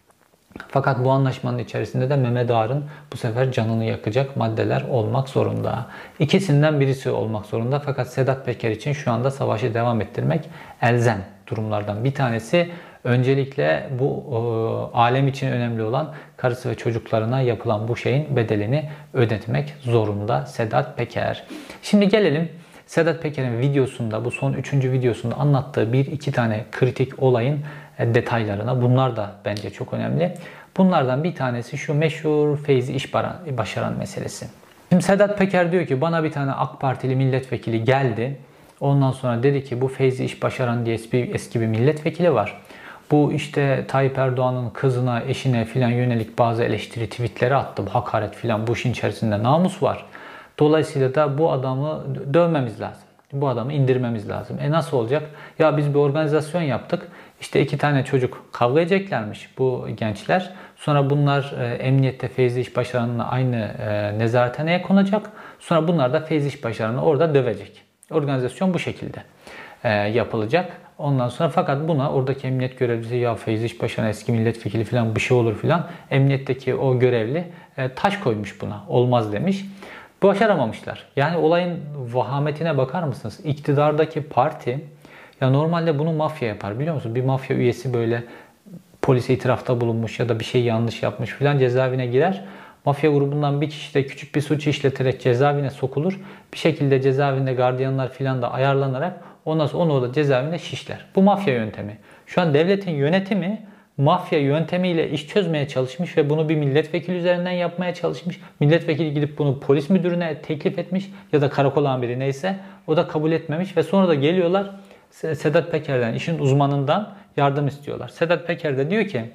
Fakat bu anlaşmanın içerisinde de Mehmet Ağar'ın bu sefer canını yakacak maddeler olmak zorunda. İkisinden birisi olmak zorunda. Fakat Sedat Peker için şu anda savaşı devam ettirmek elzem durumlardan bir tanesi. Öncelikle bu alem için önemli olan karısı ve çocuklarına yapılan bu şeyin bedelini ödetmek zorunda Sedat Peker. Şimdi gelelim Sedat Peker'in videosunda, bu son 3. videosunda anlattığı bir iki tane kritik olayın detaylarına. Bunlar da bence çok önemli. Bunlardan bir tanesi şu meşhur Feyzi İşbaşaran meselesi. Şimdi Sedat Peker diyor ki bana bir tane AK Partili milletvekili geldi. Ondan sonra dedi ki bu Feyzi İşbaşaran diye eski bir milletvekili var. Bu işte Tayyip Erdoğan'ın kızına, eşine filan yönelik bazı eleştiri tweetleri attı. Hakaret filan, bu işin içerisinde namus var. Dolayısıyla da bu adamı dövmemiz lazım. Bu adamı indirmemiz lazım. Nasıl olacak? Ya biz bir organizasyon yaptık. İşte 2 tane çocuk kavga edeceklermiş bu gençler. Sonra bunlar emniyette Feyzi İşbaşaran'la aynı nezarethaneye konacak. Sonra bunlar da Feyzi İşbaşaran'ı orada dövecek. Organizasyon bu şekilde yapılacak. Ondan sonra fakat buna oradaki emniyet görevlisi ya Feyzi İşbaşaran eski milletvekili falan bir şey olur filan. Emniyetteki o görevli taş koymuş buna. Olmaz demiş. Başaramamışlar. Yani olayın vahametine bakar mısınız? İktidardaki parti ya normalde bunu mafya yapar biliyor musun? Bir mafya üyesi böyle polise itirafta bulunmuş ya da bir şey yanlış yapmış filan cezaevine girer. Mafya grubundan bir kişi de küçük bir suç işleterek cezaevine sokulur. Bir şekilde cezaevinde gardiyanlar filan da ayarlanarak ondan sonra onu da cezaevinde şişler. Bu mafya yöntemi. Şu an devletin yönetimi mafya yöntemiyle iş çözmeye çalışmış ve bunu bir milletvekili üzerinden yapmaya çalışmış. Milletvekili gidip bunu polis müdürüne teklif etmiş ya da karakol amiri neyse o da kabul etmemiş ve sonra da geliyorlar Sedat Peker'den, işin uzmanından yardım istiyorlar. Sedat Peker de diyor ki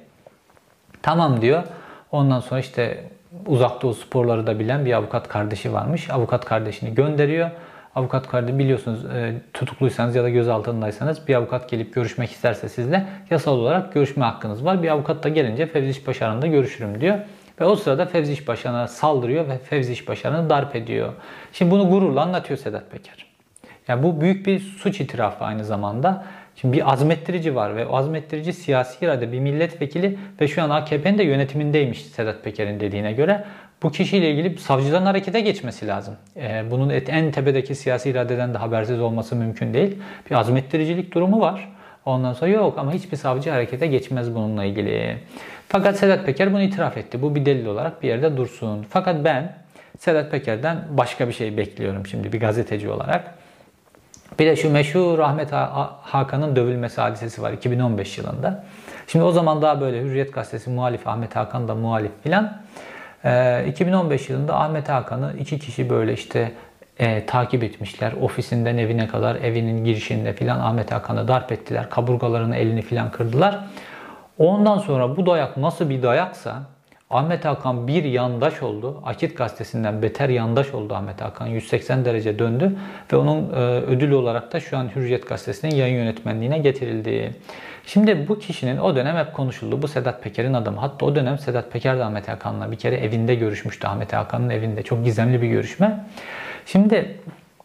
tamam diyor. Ondan sonra işte Uzak Doğu sporları da bilen bir avukat kardeşi varmış. Avukat kardeşini gönderiyor. Avukat kardeşi biliyorsunuz tutukluysanız ya da gözaltındaysanız bir avukat gelip görüşmek isterse sizle yasal olarak görüşme hakkınız var. Bir avukat da gelince Fevzi İşbaşaran'la görüşürüm diyor. Ve o sırada Fevzi İşbaşaran'a saldırıyor ve Fevzi İşbaşaran'ı darp ediyor. Şimdi bunu gururla anlatıyor Sedat Peker. Yani bu büyük bir suç itirafı aynı zamanda. Şimdi bir azmettirici var ve o azmettirici siyasi irade bir milletvekili ve şu an AKP'nin de yönetimindeymiş Sedat Peker'in dediğine göre. Bu kişiyle ilgili savcıların harekete geçmesi lazım. Bunun en tepedeki siyasi iradeden de habersiz olması mümkün değil. Bir azmettiricilik durumu var. Ondan sonra yok ama hiçbir savcı harekete geçmez bununla ilgili. Fakat Sedat Peker bunu itiraf etti. Bu bir delil olarak bir yerde dursun. Fakat ben Sedat Peker'den başka bir şey bekliyorum şimdi bir gazeteci olarak. Bir de şu meşhur Ahmet Hakan'ın dövülmesi hadisesi var 2015 yılında. Şimdi o zaman daha böyle Hürriyet Gazetesi muhalif, Ahmet Hakan da muhalif filan. 2015 yılında Ahmet Hakan'ı 2 kişi böyle işte takip etmişler. Ofisinden evine kadar evinin girişinde filan Ahmet Hakan'ı darp ettiler. Kaburgalarını elini filan kırdılar. Ondan sonra bu dayak nasıl bir dayaksa Ahmet Hakan bir yandaş oldu. Akit gazetesinden beter yandaş oldu Ahmet Hakan. 180 derece döndü ve onun ödülü olarak da şu an Hürriyet gazetesinin yayın yönetmenliğine getirildi. Şimdi bu kişinin o dönem hep konuşuldu. Bu Sedat Peker'in adamı. Hatta o dönem Sedat Peker de Ahmet Hakan'la bir kere evinde görüşmüştü. Ahmet Hakan'ın evinde. Çok gizemli bir görüşme. Şimdi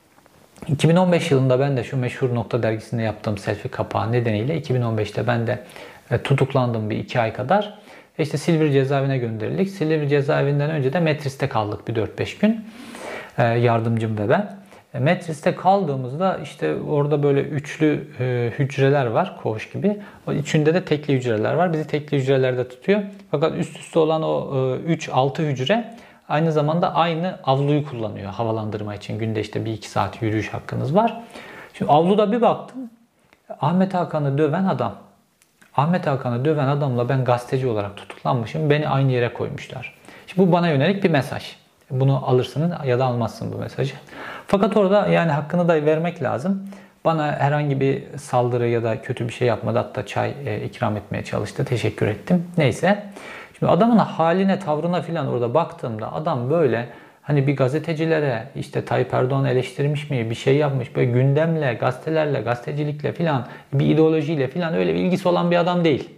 2015 yılında ben de şu meşhur Nokta dergisinde yaptığım selfie kapağı nedeniyle 2015'te ben de tutuklandım bir 2 ay kadar. İşte Silivri cezaevine gönderildik. Silivri cezaevinden önce de Metris'te kaldık bir 4-5 gün. Yardımcım ve ben. Metris'te kaldığımızda işte orada böyle üçlü hücreler var, koğuş gibi. O içinde de tekli hücreler var. Bizi tekli hücrelerde tutuyor. Fakat üst üste olan o 3-6 hücre aynı zamanda aynı avluyu kullanıyor havalandırma için. Günde işte 1-2 saat yürüyüş hakkınız var. Şimdi avluda bir baktım. Ahmet Hakan'ı döven adam. Ahmet Hakan'ı döven adamla ben gazeteci olarak tutuklanmışım. Beni aynı yere koymuşlar. Şimdi bu bana yönelik bir mesaj. Bunu alırsın ya da almazsın bu mesajı. Fakat orada yani hakkını da vermek lazım. Bana herhangi bir saldırı ya da kötü bir şey yapmadı. Hatta çay ikram etmeye çalıştı. Teşekkür ettim. Neyse. Şimdi adamın haline, tavrına filan orada baktığımda adam böyle hani bir gazetecilere işte Tayyip Erdoğan eleştirmiş mi, bir şey yapmış, böyle gündemle, gazetelerle, gazetecilikle filan, bir ideolojiyle filan öyle bir ilgisi olan bir adam değil.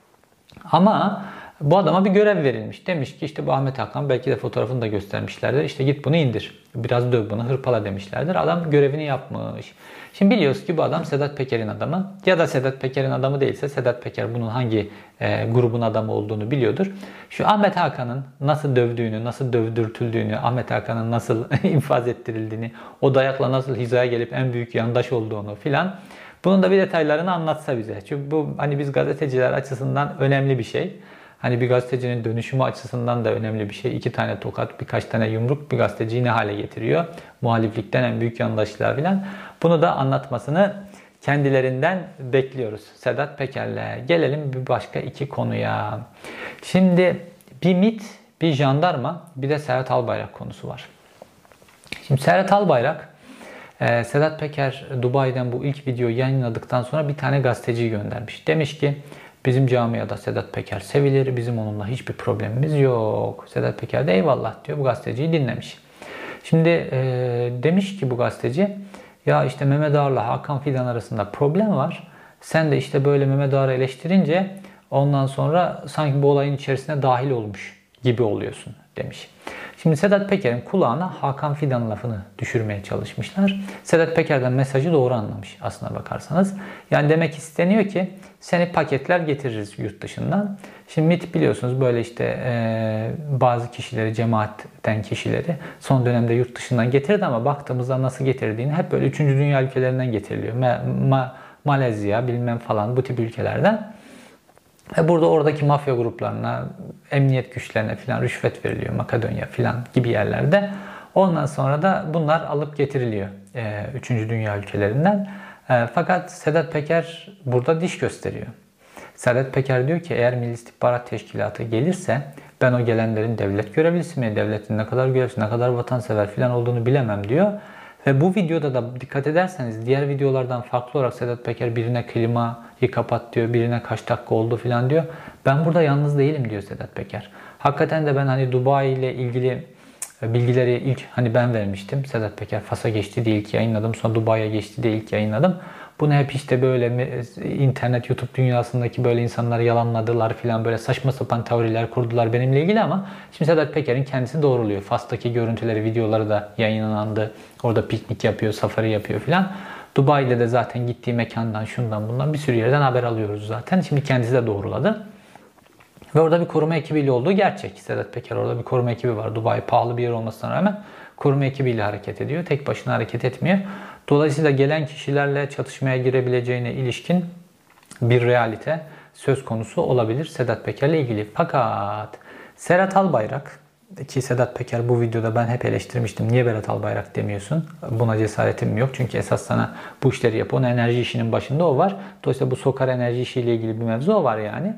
Ama bu adama bir görev verilmiş. Demiş ki işte bu Ahmet Hakan, belki de fotoğrafını da göstermişlerdir. İşte git bunu indir. Biraz döv bunu, hırpala demişlerdir. Adam görevini yapmış. Şimdi biliyoruz ki bu adam Sedat Peker'in adamı. Ya da Sedat Peker'in adamı değilse Sedat Peker bunun hangi grubun adamı olduğunu biliyordur. Şu Ahmet Hakan'ın nasıl dövdüğünü, nasıl dövdürtüldüğünü, Ahmet Hakan'ın nasıl infaz ettirildiğini, o dayakla nasıl hizaya gelip en büyük yandaş olduğunu filan. Bunun da bir detaylarını anlatsa bize. Çünkü bu hani biz gazeteciler açısından önemli bir şey. Hani bir gazetecinin dönüşümü açısından da önemli bir şey. 2 tane tokat, birkaç tane yumruk bir gazeteciyi ne hale getiriyor? Muhaliflikten en büyük yandaşlığa filan. Bunu da anlatmasını kendilerinden bekliyoruz. Sedat Peker'le. Gelelim bir başka 2 konuya. Şimdi bir MİT, bir jandarma, bir de Serhat Albayrak konusu var. Şimdi Serhat Albayrak, Sedat Peker Dubai'den bu ilk videoyu yayınladıktan sonra bir tane gazeteciyi göndermiş. Demiş ki bizim camiada Sedat Peker sevilir, bizim onunla hiçbir problemimiz yok. Sedat Peker de eyvallah diyor, bu gazeteciyi dinlemiş. Şimdi demiş ki bu gazeteci, ya işte Mehmet Ağar'la Hakan Fidan arasında problem var. Sen de işte böyle Mehmet Ağar'ı eleştirince ondan sonra sanki bu olayın içerisine dahil olmuş gibi oluyorsun demiş. Şimdi Sedat Peker'in kulağına Hakan Fidan lafını düşürmeye çalışmışlar. Sedat Peker'den mesajı doğru anlamış aslına bakarsanız. Yani demek isteniyor ki seni paketler getiririz yurt dışından. Şimdi MİT biliyorsunuz böyle işte bazı kişileri, cemaatten kişileri son dönemde yurt dışından getirdi ama baktığımızda nasıl getirdiğini hep böyle 3. dünya ülkelerinden getiriliyor. Malezya bilmem falan bu tip ülkelerden. Burada oradaki mafya gruplarına, emniyet güçlerine filan rüşvet veriliyor. Makedonya filan gibi yerlerde. Ondan sonra da bunlar alıp getiriliyor 3. dünya ülkelerinden. Fakat Sedat Peker burada diş gösteriyor. Sedat Peker diyor ki eğer Milli İstihbarat Teşkilatı gelirse ben o gelenlerin devlet görevlisi mi, devletin ne kadar görevlisi, ne kadar vatansever filan olduğunu bilemem diyor. Ve bu videoda da dikkat ederseniz diğer videolardan farklı olarak Sedat Peker birine klimayı kapat diyor, birine kaç dakika oldu filan diyor. Ben burada yalnız değilim diyor Sedat Peker. Hakikaten de ben hani Dubai ile ilgili bilgileri ilk hani ben vermiştim. Sedat Peker Fas'a geçti diye ilk yayınladım. Sonra Dubai'ye geçti diye ilk yayınladım. Bunu hep işte böyle internet, YouTube dünyasındaki böyle insanlar yalanladılar filan, böyle saçma sapan teoriler kurdular benimle ilgili ama şimdi Sedat Peker'in kendisi doğruluyor. Fas'taki görüntüleri, videoları da yayınlandı. Orada piknik yapıyor, safari yapıyor filan. Dubai'de de zaten gittiği mekandan, şundan bundan bir sürü yerden haber alıyoruz zaten. Şimdi kendisi de doğruladı. Ve orada bir koruma ekibiyle olduğu gerçek. Sedat Peker orada bir koruma ekibi var. Dubai pahalı bir yer olmasına rağmen koruma ekibiyle hareket ediyor. Tek başına hareket etmiyor. Dolayısıyla gelen kişilerle çatışmaya girebileceğine ilişkin bir realite söz konusu olabilir Sedat Peker'le ilgili. Fakat Serhat Albayrak, ki Sedat Peker bu videoda ben hep eleştirmiştim. Niye Berat Albayrak demiyorsun? Buna cesaretim yok. Çünkü esas sana bu işleri yapan enerji işinin başında o var. Dolayısıyla bu Sokar enerji işiyle ilgili bir mevzu o var yani.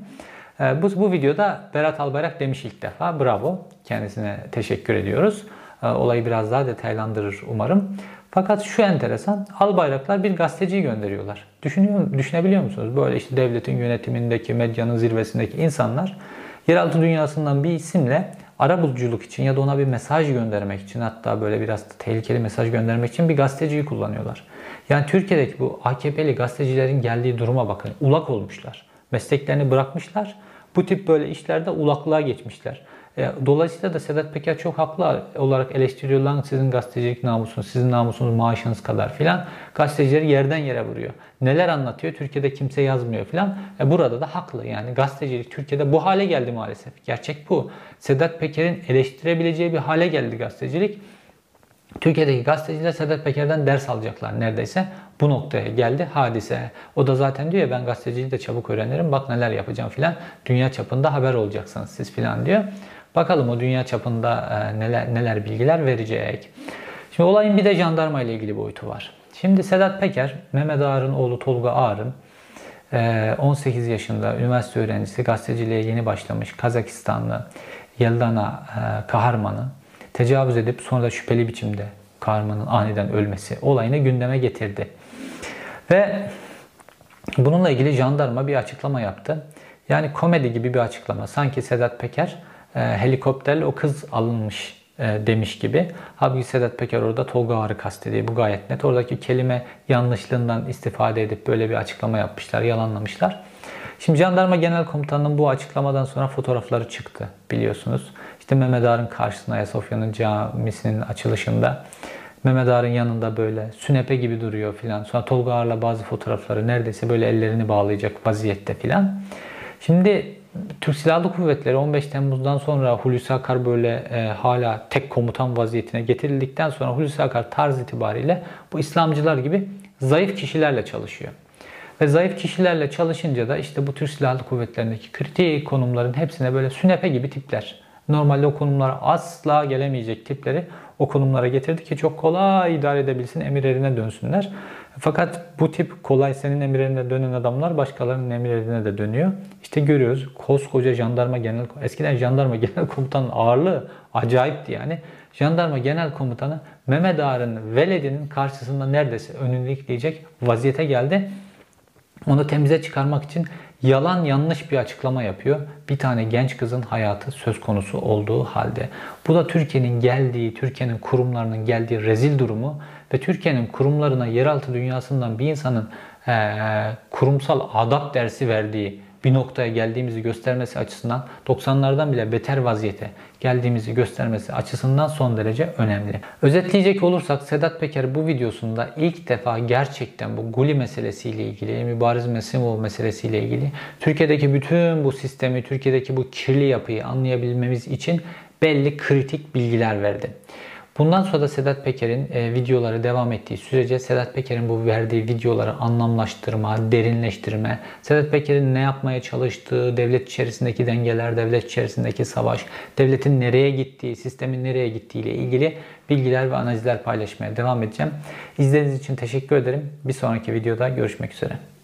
Bu videoda Berat Albayrak demiş ilk defa. Bravo. Kendisine teşekkür ediyoruz. Olayı biraz daha detaylandırır umarım. Fakat şu enteresan, Albayraklar bir gazeteciyi gönderiyorlar. Düşünebiliyor musunuz? Böyle işte devletin yönetimindeki, medyanın zirvesindeki insanlar yeraltı dünyasından bir isimle arabuluculuk için ya da ona bir mesaj göndermek için, hatta böyle biraz tehlikeli mesaj göndermek için bir gazeteciyi kullanıyorlar. Yani Türkiye'deki bu AKP'li gazetecilerin geldiği duruma bakın. Ulak olmuşlar. Mesleklerini bırakmışlar. Bu tip böyle işlerde ulaklığa geçmişler. Dolayısıyla da Sedat Peker çok haklı olarak eleştiriyor. Lan sizin gazetecilik namusunuz, sizin namusunuz maaşınız kadar filan. Gazetecileri yerden yere vuruyor. Neler anlatıyor? Türkiye'de kimse yazmıyor filan. Burada da haklı. Yani gazetecilik Türkiye'de bu hale geldi maalesef. Gerçek bu. Sedat Peker'in eleştirebileceği bir hale geldi gazetecilik. Türkiye'deki gazeteciler Sedat Peker'den ders alacaklar neredeyse. Bu noktaya geldi hadise. O da zaten diyor ya, ben gazeteciliği de çabuk öğrenirim. Bak neler yapacağım filan. Dünya çapında haber olacaksınız siz filan diyor. Bakalım o dünya çapında neler bilgiler verecek. Şimdi olayın bir de jandarma ile ilgili boyutu var. Şimdi Sedat Peker, Mehmet Ağar'ın oğlu Tolga Ağar'ın 18 yaşında üniversite öğrencisi, gazeteciliğe yeni başlamış Kazakistanlı Yeldana Kaharman'ı tecavüz edip sonra da şüpheli biçimde kahramanın aniden ölmesi olayını gündeme getirdi. Ve bununla ilgili jandarma bir açıklama yaptı. Yani komedi gibi bir açıklama. Sanki Sedat Peker helikopterle o kız alınmış demiş gibi. Halbuki Sedat Peker orada Tolga Ağar'ı kastediyor. Bu gayet net. Oradaki kelime yanlışlığından istifade edip böyle bir açıklama yapmışlar, yalanlamışlar. Şimdi Jandarma Genel Komutanı'nın bu açıklamadan sonra fotoğrafları çıktı biliyorsunuz. İşte Mehmet Ağar'ın karşısında Ayasofya'nın camisinin açılışında Mehmet Ağar'ın yanında böyle sünepe gibi duruyor filan. Sonra Tolga Ağar'la bazı fotoğrafları neredeyse böyle ellerini bağlayacak vaziyette filan. Şimdi Türk Silahlı Kuvvetleri 15 Temmuz'dan sonra Hulusi Akar böyle hala tek komutan vaziyetine getirildikten sonra Hulusi Akar tarz itibariyle bu İslamcılar gibi zayıf kişilerle çalışıyor. Ve zayıf kişilerle çalışınca da işte bu Türk Silahlı Kuvvetleri'ndeki kritik konumların hepsine böyle sünepe gibi tipler. Normalde o konumlara asla gelemeyecek tipleri o konumlara getirdi ki çok kolay idare edebilsin, emirlerine dönsünler. Fakat bu tip kolay senin emirlerine dönen adamlar başkalarının emirlerine de dönüyor. İşte görüyoruz koskoca eskiden Jandarma Genel Komutanı'nın ağırlığı acayipti yani. Jandarma Genel Komutanı Mehmet Ağar'ın veledinin karşısında neredeyse önünü ilikleyecek vaziyete geldi. Onu temize çıkarmak için yalan yanlış bir açıklama yapıyor. Bir tane genç kızın hayatı söz konusu olduğu halde. Bu da Türkiye'nin kurumlarının geldiği rezil durumu ve Türkiye'nin kurumlarına yeraltı dünyasından bir insanın kurumsal adab dersi verdiği bir noktaya geldiğimizi göstermesi açısından 90'lardan bile beter vaziyete geldiğimizi göstermesi açısından son derece önemli. Özetleyecek olursak Sedat Peker bu videosunda ilk defa gerçekten bu Guli meselesiyle ilgili, Mübariz Mesimov meselesiyle ilgili Türkiye'deki bütün bu sistemi, Türkiye'deki bu kirli yapıyı anlayabilmemiz için belli kritik bilgiler verdi. Bundan sonra da Sedat Peker'in videoları devam ettiği sürece Sedat Peker'in bu verdiği videoları anlamlaştırma, derinleştirme, Sedat Peker'in ne yapmaya çalıştığı, devlet içerisindeki dengeler, devlet içerisindeki savaş, devletin nereye gittiği, sistemin nereye gittiği ile ilgili bilgiler ve analizler paylaşmaya devam edeceğim. İzlediğiniz için teşekkür ederim. Bir sonraki videoda görüşmek üzere.